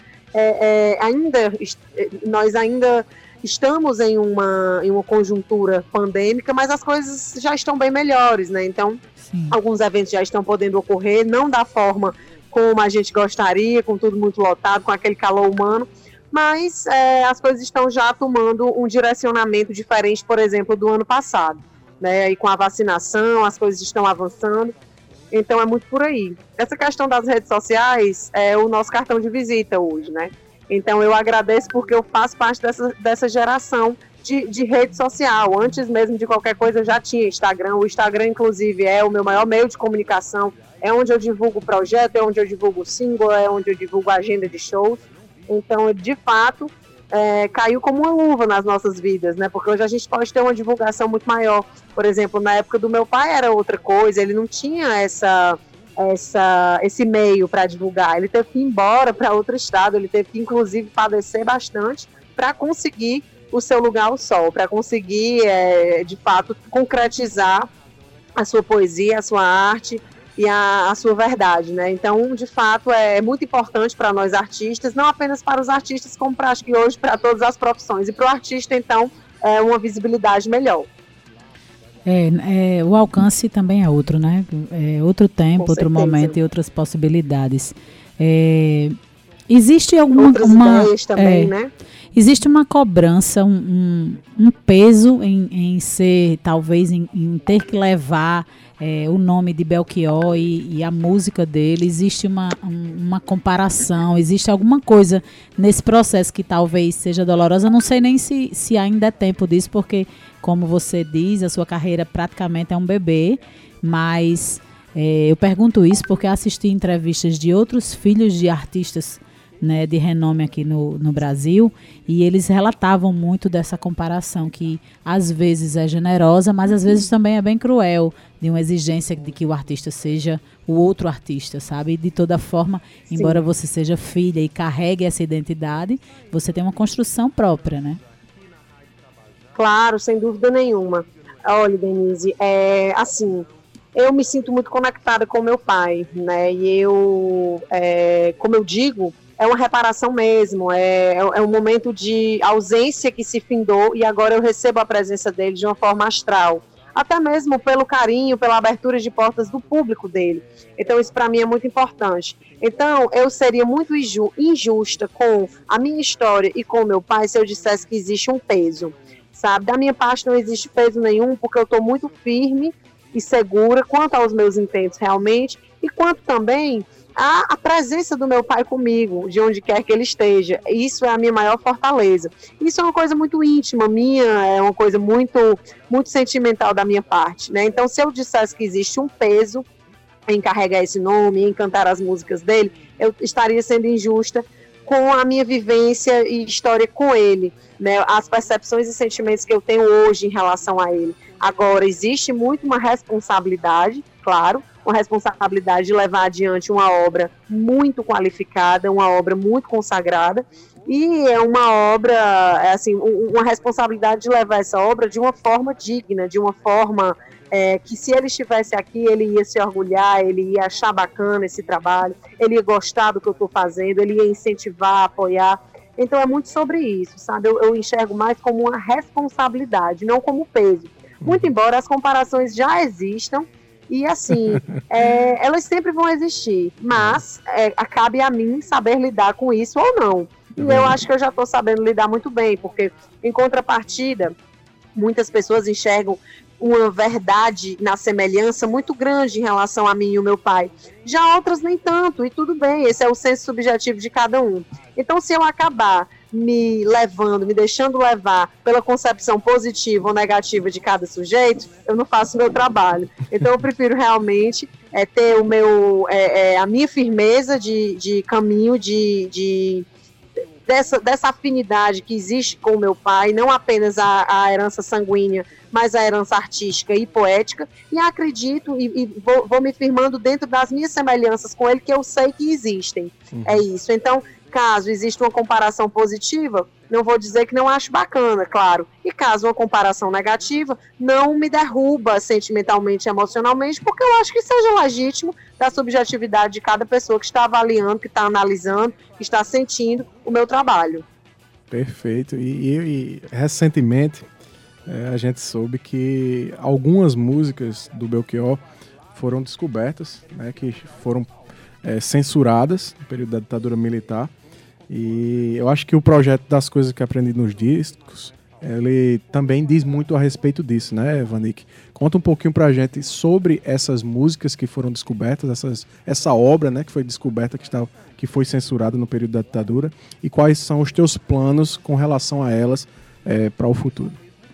nós ainda estamos em uma conjuntura pandêmica, mas as coisas já estão bem melhores, né? Então, alguns eventos já estão podendo ocorrer, não da forma como a gente gostaria, com tudo muito lotado, com aquele calor humano, mas as coisas estão já tomando um direcionamento diferente, por exemplo, do ano passado, né? E com a vacinação, as coisas estão avançando, então é muito por aí. Essa questão das redes sociais é o nosso cartão de visita hoje, né? Então eu agradeço porque eu faço parte dessa geração de rede social. Antes mesmo de qualquer coisa eu já tinha Instagram. O Instagram, inclusive, é o meu maior meio de comunicação, é onde eu divulgo o projeto, é onde eu divulgo o single, é onde eu divulgo a agenda de shows. Então, de fato, caiu como uma luva nas nossas vidas, né? Porque hoje a gente pode ter uma divulgação muito maior. Por exemplo, na época do meu pai era outra coisa, ele não tinha esse meio para divulgar. Ele teve que ir embora para outro estado, ele teve que, inclusive, padecer bastante para conseguir o seu lugar ao sol, para conseguir, de fato, concretizar a sua poesia, a sua arte e a sua verdade, né? Então, de fato, é muito importante para nós artistas, não apenas para os artistas, como acho que hoje para todas as profissões. E para o artista, então, é uma visibilidade melhor. O alcance também é outro, né? É outro tempo, outro momento e outras possibilidades. Existe outras ideias também, né? Existe uma cobrança, um peso em ser, talvez, em ter que levar o nome de Belchior e a música dele. Existe uma comparação, existe alguma coisa nesse processo que talvez seja dolorosa. Eu não sei nem se ainda é tempo disso, porque, como você diz, a sua carreira praticamente é um bebê, mas eu pergunto isso porque assisti entrevistas de outros filhos de artistas, né, de renome aqui no Brasil, e eles relatavam muito dessa comparação, que às vezes é generosa, mas às vezes também é bem cruel, de uma exigência de que o artista seja o outro artista, sabe? De toda forma, embora você seja filha e carregue essa identidade, você tem uma construção própria, né? Claro, sem dúvida nenhuma. Olha, Denise, assim, eu me sinto muito conectada com meu pai, né? E como eu digo, é uma reparação mesmo, é um momento de ausência que se findou e agora eu recebo a presença dele de uma forma astral, até mesmo pelo carinho, pela abertura de portas do público dele. Então isso para mim é muito importante. Então eu seria muito injusta com a minha história e com o meu pai se eu dissesse que existe um peso, sabe? Da minha parte não existe peso nenhum, porque eu estou muito firme e segura quanto aos meus intentos realmente, e quanto também a presença do meu pai comigo, de onde quer que ele esteja. Isso é a minha maior fortaleza. Isso é uma coisa muito íntima minha, é uma coisa muito, muito sentimental da minha parte, né? Então, se eu dissesse que existe um peso em carregar esse nome, em cantar as músicas dele, eu estaria sendo injusta com a minha vivência e história com ele, né? As percepções e sentimentos que eu tenho hoje em relação a ele. Agora, existe muito uma responsabilidade, claro, uma responsabilidade de levar adiante uma obra muito qualificada, uma obra muito consagrada, e é uma obra, assim, uma responsabilidade de levar essa obra de uma forma digna, de uma forma que, se ele estivesse aqui, ele ia se orgulhar, ele ia achar bacana esse trabalho, ele ia gostar do que eu estou fazendo, ele ia incentivar, apoiar. Então é muito sobre isso, sabe? Eu enxergo mais como uma responsabilidade, não como peso. Muito embora as comparações já existam, e assim, elas sempre vão existir, mas cabe a mim saber lidar com isso ou não. E eu acho que eu já estou sabendo lidar muito bem, porque, em contrapartida, muitas pessoas enxergam uma verdade na semelhança muito grande em relação a mim e o meu pai. Já outras nem tanto, e tudo bem, esse é o senso subjetivo de cada um. Então, se eu acabar me deixando levar pela concepção positiva ou negativa de cada sujeito, eu não faço o meu trabalho. Então, eu prefiro realmente ter a minha firmeza de caminho, dessa afinidade que existe com o meu pai, não apenas a herança sanguínea, mas a herança artística e poética, e acredito e vou me firmando dentro das minhas semelhanças com ele, que eu sei que existem. É isso. Então, caso exista uma comparação positiva, não vou dizer que não acho bacana, claro. E caso uma comparação negativa, não me derruba sentimentalmente, emocionalmente, porque eu acho que seja legítimo da subjetividade de cada pessoa que está avaliando, que está analisando, que está sentindo o meu trabalho. Perfeito. E recentemente a gente soube que algumas músicas do Belchior foram descobertas, né, que foram censuradas no período da ditadura militar. E eu acho que o projeto das coisas que aprendi nos discos, ele também diz muito a respeito disso, né, Vanik? Conta um pouquinho pra gente sobre essas músicas que foram descobertas, essa obra, né, que foi descoberta, que foi censurada no período da ditadura, e quais são os teus planos com relação a elas para o futuro.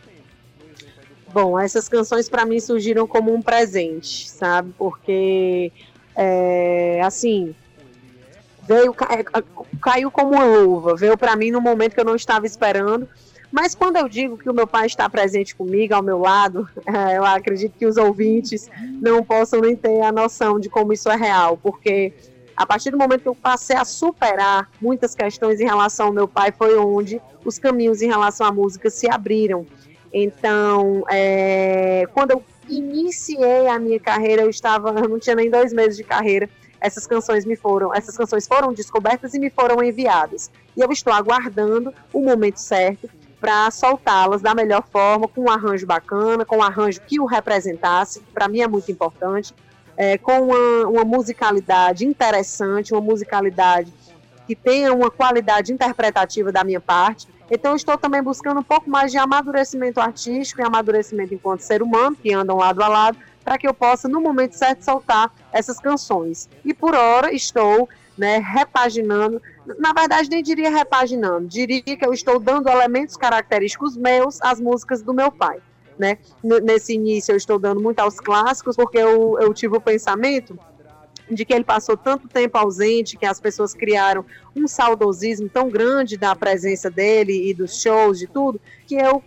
Bom, essas canções para mim surgiram como um presente, sabe? Porque, assim, caiu como uma luva, veio para mim num momento que eu não estava esperando. Mas quando eu digo que o meu pai está presente comigo, ao meu lado, eu acredito que os ouvintes não possam nem ter a noção de como isso é real, porque a partir do momento que eu passei a superar muitas questões em relação ao meu pai, foi onde os caminhos em relação à música se abriram. Então, quando eu iniciei a minha carreira, eu não tinha nem 2 meses de carreira, essas canções foram descobertas e me foram enviadas. E eu estou aguardando o momento certo para soltá-las da melhor forma, com um arranjo bacana, com um arranjo que o representasse, para mim é muito importante, com uma musicalidade interessante, uma musicalidade que tenha uma qualidade interpretativa da minha parte. Então eu estou também buscando um pouco mais de amadurecimento artístico e amadurecimento enquanto ser humano, que andam lado a lado, para que eu possa, no momento certo, soltar essas canções. E por hora estou repaginando, na verdade nem diria repaginando, diria que eu estou dando elementos característicos meus às músicas do meu pai, né? Nesse início eu estou dando muito aos clássicos, porque eu tive o pensamento de que ele passou tanto tempo ausente, que as pessoas criaram um saudosismo tão grande da presença dele e dos shows, de tudo, que eu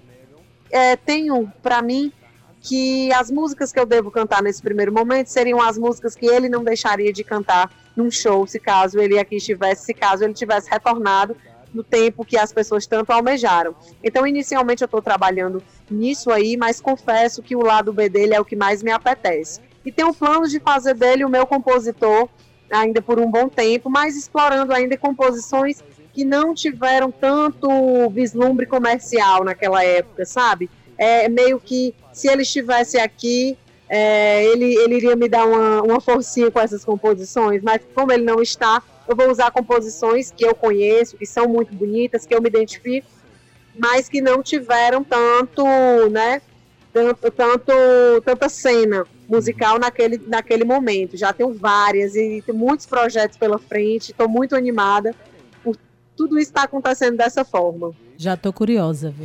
tenho para mim que as músicas que eu devo cantar nesse primeiro momento seriam as músicas que ele não deixaria de cantar num show, se caso ele tivesse retornado no tempo que as pessoas tanto almejaram. Então, inicialmente eu estou trabalhando nisso aí, mas confesso que o lado B dele é o que mais me apetece. E tenho planos de fazer dele o meu compositor ainda por um bom tempo, mas explorando ainda composições que não tiveram tanto vislumbre comercial naquela época, sabe? Meio que, se ele estivesse aqui, ele iria me dar uma forcinha com essas composições, mas como ele não está, eu vou usar composições que eu conheço, que são muito bonitas, que eu me identifico, mas que não tiveram tanto, né, tanta cena musical naquele momento. Já tenho várias e tem muitos projetos pela frente, estou muito animada por tudo isso está acontecendo dessa forma. Já tô curiosa, viu?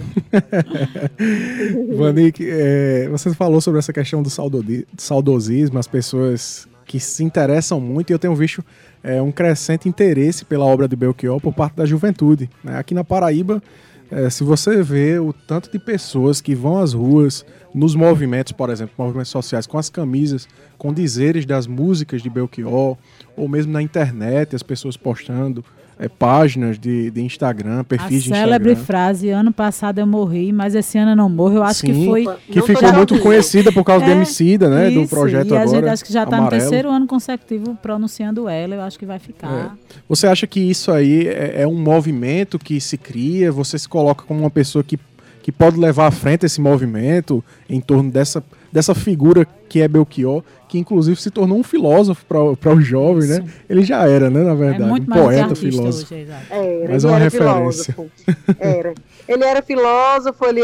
Vanik, você falou sobre essa questão do saudosismo, as pessoas que se interessam muito, e eu tenho visto um crescente interesse pela obra de Belchior por parte da juventude, né? Aqui na Paraíba, se você vê o tanto de pessoas que vão às ruas, nos movimentos, por exemplo, movimentos sociais, com as camisas, com dizeres das músicas de Belchior, ou mesmo na internet, as pessoas postando páginas de Instagram, perfis de Instagram. A célebre frase, ano passado eu morri, mas esse ano eu não morro, eu acho que foi... Que ficou muito conhecida por causa do Emicida, né? Isso, do projeto e agora. E a gente acho que já está no Amarelo. 3º ano consecutivo pronunciando ela, eu acho que vai ficar. Você acha que isso aí é um movimento que se cria? Você se coloca como uma pessoa que pode levar à frente esse movimento em torno dessa figura que é Belchior, que inclusive se tornou um filósofo para o jovem, né? Ele já era, né, na verdade, muito um mais poeta, filósofo. Hoje, mas é uma referência. Ele era filósofo, ele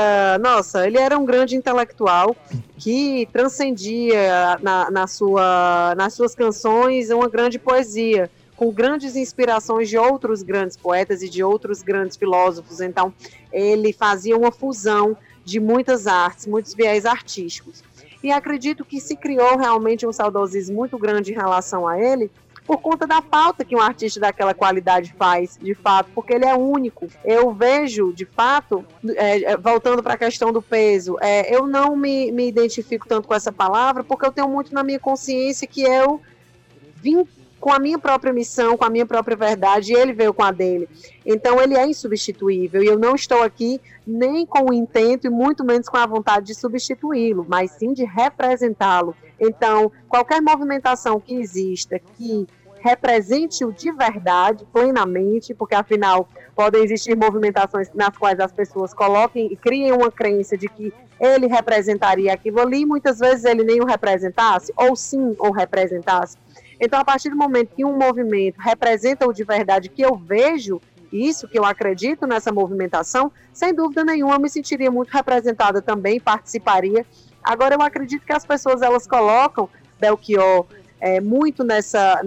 era um grande intelectual que transcendia nas suas canções uma grande poesia, com grandes inspirações de outros grandes poetas e de outros grandes filósofos. Então, ele fazia uma fusão de muitas artes, muitos viés artísticos. E acredito que se criou realmente um saudosismo muito grande em relação a ele, por conta da falta que um artista daquela qualidade faz, de fato, porque ele é único. Eu vejo, de fato, voltando para a questão do peso, eu não me identifico tanto com essa palavra, porque eu tenho muito na minha consciência que eu vim com a minha própria missão, com a minha própria verdade, e ele veio com a dele. Então ele é insubstituível, e eu não estou aqui nem com o intento e muito menos com a vontade de substituí-lo, mas sim de representá-lo. Então, qualquer movimentação que exista, que represente-o de verdade, plenamente, porque afinal podem existir movimentações nas quais as pessoas coloquem e criem uma crença de que ele representaria aquilo ali, e muitas vezes ele nem o representasse, ou sim o representasse. Então, a partir do momento que um movimento representa o de verdade, que eu vejo isso, que eu acredito nessa movimentação, sem dúvida nenhuma eu me sentiria muito representada também, participaria. Agora, eu acredito que as pessoas, elas colocam Belchior muito nessa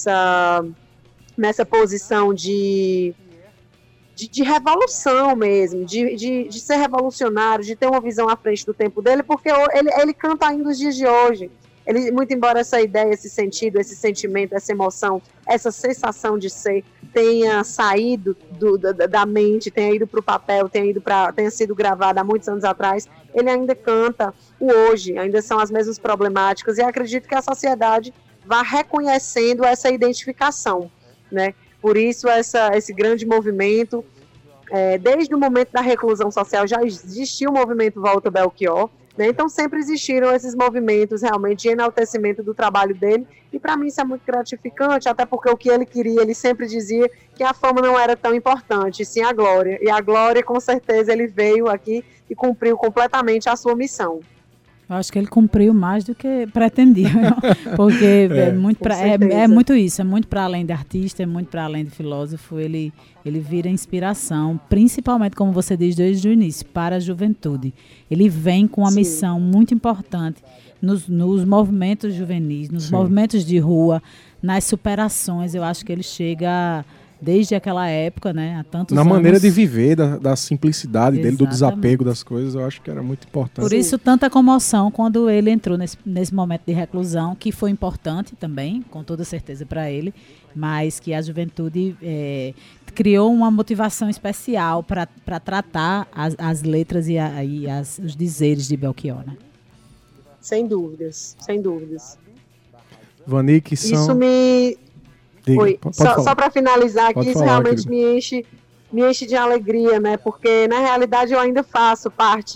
posição de revolução mesmo, de ser revolucionário, de ter uma visão à frente do tempo dele, porque ele canta ainda os dias de hoje. muito embora essa ideia, esse sentido, esse sentimento, essa emoção, essa sensação de ser tenha saído da mente, tenha ido para o papel, tenha sido gravado há muitos anos atrás, ele ainda canta o hoje, ainda são as mesmas problemáticas, e acredito que a sociedade vá reconhecendo essa identificação, né? Por isso esse grande movimento, desde o momento da reclusão social já existiu o movimento Volta Belchior, né? Então sempre existiram esses movimentos realmente de enaltecimento do trabalho dele, e para mim isso é muito gratificante, até porque o que ele queria, ele sempre dizia que a fama não era tão importante, sim a glória, e a glória com certeza ele veio aqui e cumpriu completamente a sua missão. Eu acho que ele cumpriu mais do que pretendia, porque é muito isso, é muito para além de artista, é muito para além de filósofo, ele vira inspiração, principalmente, como você diz desde o início, para a juventude. Ele vem com uma missão muito importante nos movimentos juvenis, nos movimentos de rua, nas superações. Eu acho que ele chega desde aquela época, né, há tantos anos. Na maneira de viver, da simplicidade dele, do desapego das coisas, eu acho que era muito importante. Por isso, tanta comoção quando ele entrou nesse momento de reclusão, que foi importante também, com toda certeza para ele, mas que a juventude criou uma motivação especial para tratar as letras e os dizeres de Belchior, né? Sem dúvidas, sem dúvidas. Vani, que são... Isso me... Diga, só para finalizar aqui, isso realmente querida, me enche de alegria, né? Porque na realidade eu ainda faço parte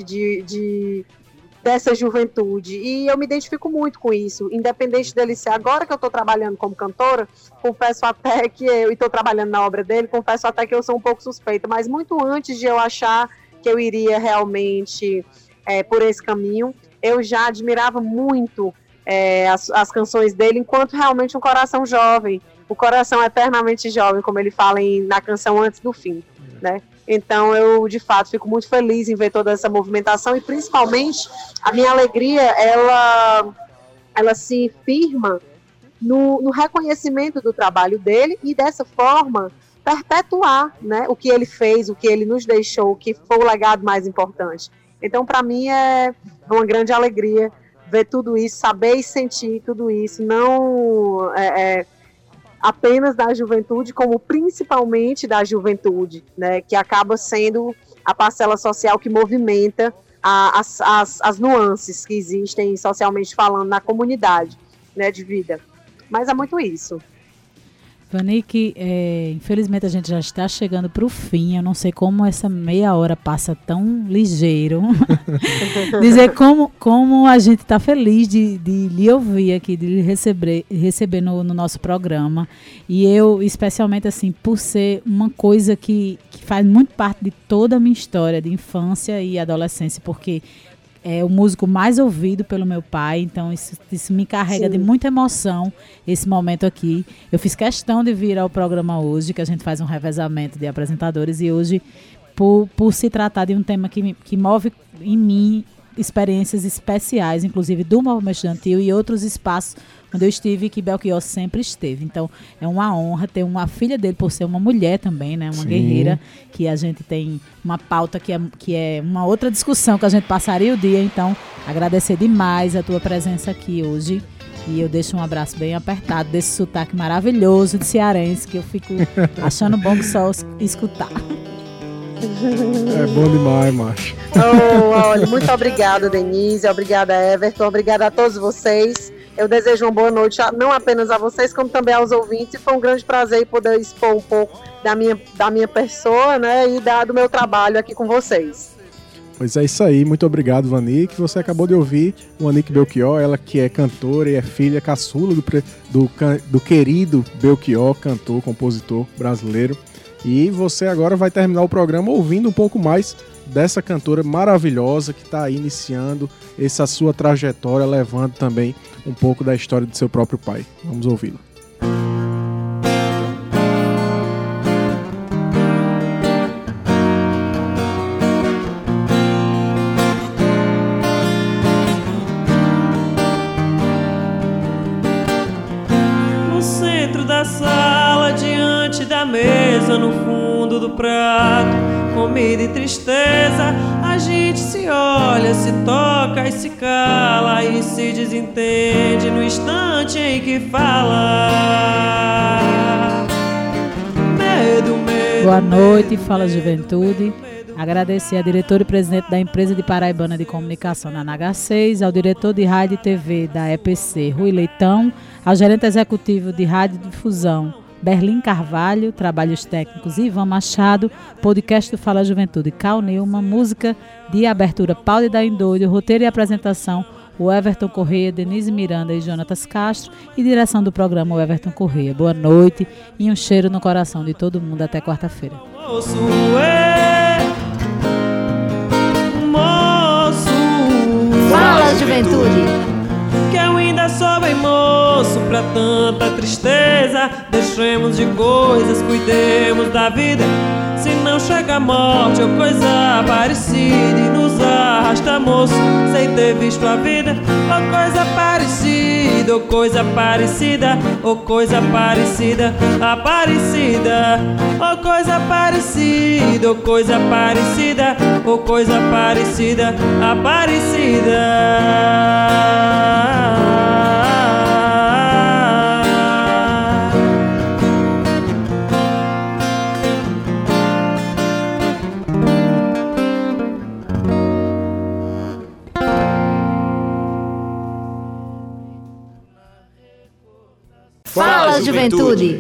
dessa juventude e eu me identifico muito com isso, independente dele ser. Agora que eu estou trabalhando como cantora, confesso até que eu estou trabalhando na obra dele, confesso até que eu sou um pouco suspeita, mas muito antes de eu achar que eu iria realmente por esse caminho, eu já admirava muito as canções dele enquanto realmente um coração jovem. O coração eternamente jovem, como ele fala na canção Antes do Fim, né? Então eu, de fato, fico muito feliz em ver toda essa movimentação e, principalmente, a minha alegria, ela se firma no reconhecimento do trabalho dele e, dessa forma, perpetuar, né, o que ele fez, o que ele nos deixou, o que foi o legado mais importante. Então, para mim, é uma grande alegria ver tudo isso, saber e sentir tudo isso, não apenas da juventude, como principalmente da juventude, né, que acaba sendo a parcela social que movimenta as nuances que existem socialmente falando na comunidade, né, de vida. Mas é muito isso. Vanique, infelizmente a gente já está chegando para o fim. Eu não sei como essa meia hora passa tão ligeiro. Dizer como a gente está feliz de lhe ouvir aqui, de lhe receber no nosso programa. E eu, especialmente assim, por ser uma coisa que faz muito parte de toda a minha história de infância e adolescência, porque é o músico mais ouvido pelo meu pai, então isso me carrega de muita emoção, esse momento aqui. Eu fiz questão de vir ao programa hoje, que a gente faz um revezamento de apresentadores, e hoje, por se tratar de um tema que move em mim experiências especiais, inclusive do movimento estudantil e outros espaços onde eu estive, que Belchior sempre esteve. Então, é uma honra ter uma filha dele, por ser uma mulher também, né? Uma guerreira, que a gente tem uma pauta que é uma outra discussão que a gente passaria o dia. Então, agradecer demais a tua presença aqui hoje. E eu deixo um abraço bem apertado desse sotaque maravilhoso de cearense, que eu fico achando bom só escutar. É bom demais, macho. Olha, muito obrigada, Denise, obrigada, Everton, obrigada a todos vocês. Eu desejo uma boa noite, não apenas a vocês, como também aos ouvintes. E foi um grande prazer poder expor um pouco da minha pessoa, né, e do meu trabalho aqui com vocês. Pois é isso aí, muito obrigado, Vanique. Você acabou de ouvir Vanique Belchior, ela que é cantora e é filha caçula do querido Belchior, cantor, compositor brasileiro. E você agora vai terminar o programa ouvindo um pouco mais dessa cantora maravilhosa que está iniciando essa sua trajetória, levando também um pouco da história de seu próprio pai. Vamos ouvi-la. No centro da sala, diante da mesa, no fundo do prato, comida e tristeza, a gente se olha, se toca e se cala e se desentende no instante em que fala. Medo, medo. Boa noite, Fala Juventude. Agradecer a diretora e presidente da empresa de Paraibana de Comunicação na NH6, ao diretor de rádio e TV da EPC, Rui Leitão, ao gerente executivo de rádio e difusão, Berlim Carvalho, trabalhos técnicos Ivan Machado, podcast do Fala Juventude, Cal Neumann, música de abertura Paulo da Indoido, roteiro e apresentação o Everton Correia, Denise Miranda e Jonatas Castro, e direção do programa o Everton Correia. Boa noite e um cheiro no coração de todo mundo até quarta-feira. Moço, Fala Juventude. que eu ainda sou bem moço pra tanta tristeza. Deixemos de coisas, cuidemos da vida. Se não chega a morte ou coisa parecida e nos arrasta, moço, sem ter visto a vida. Ou coisa parecida, ou coisa parecida, ou coisa parecida, aparecida. Ou coisa parecida, ou coisa parecida, ou coisa parecida, Fala Juventude.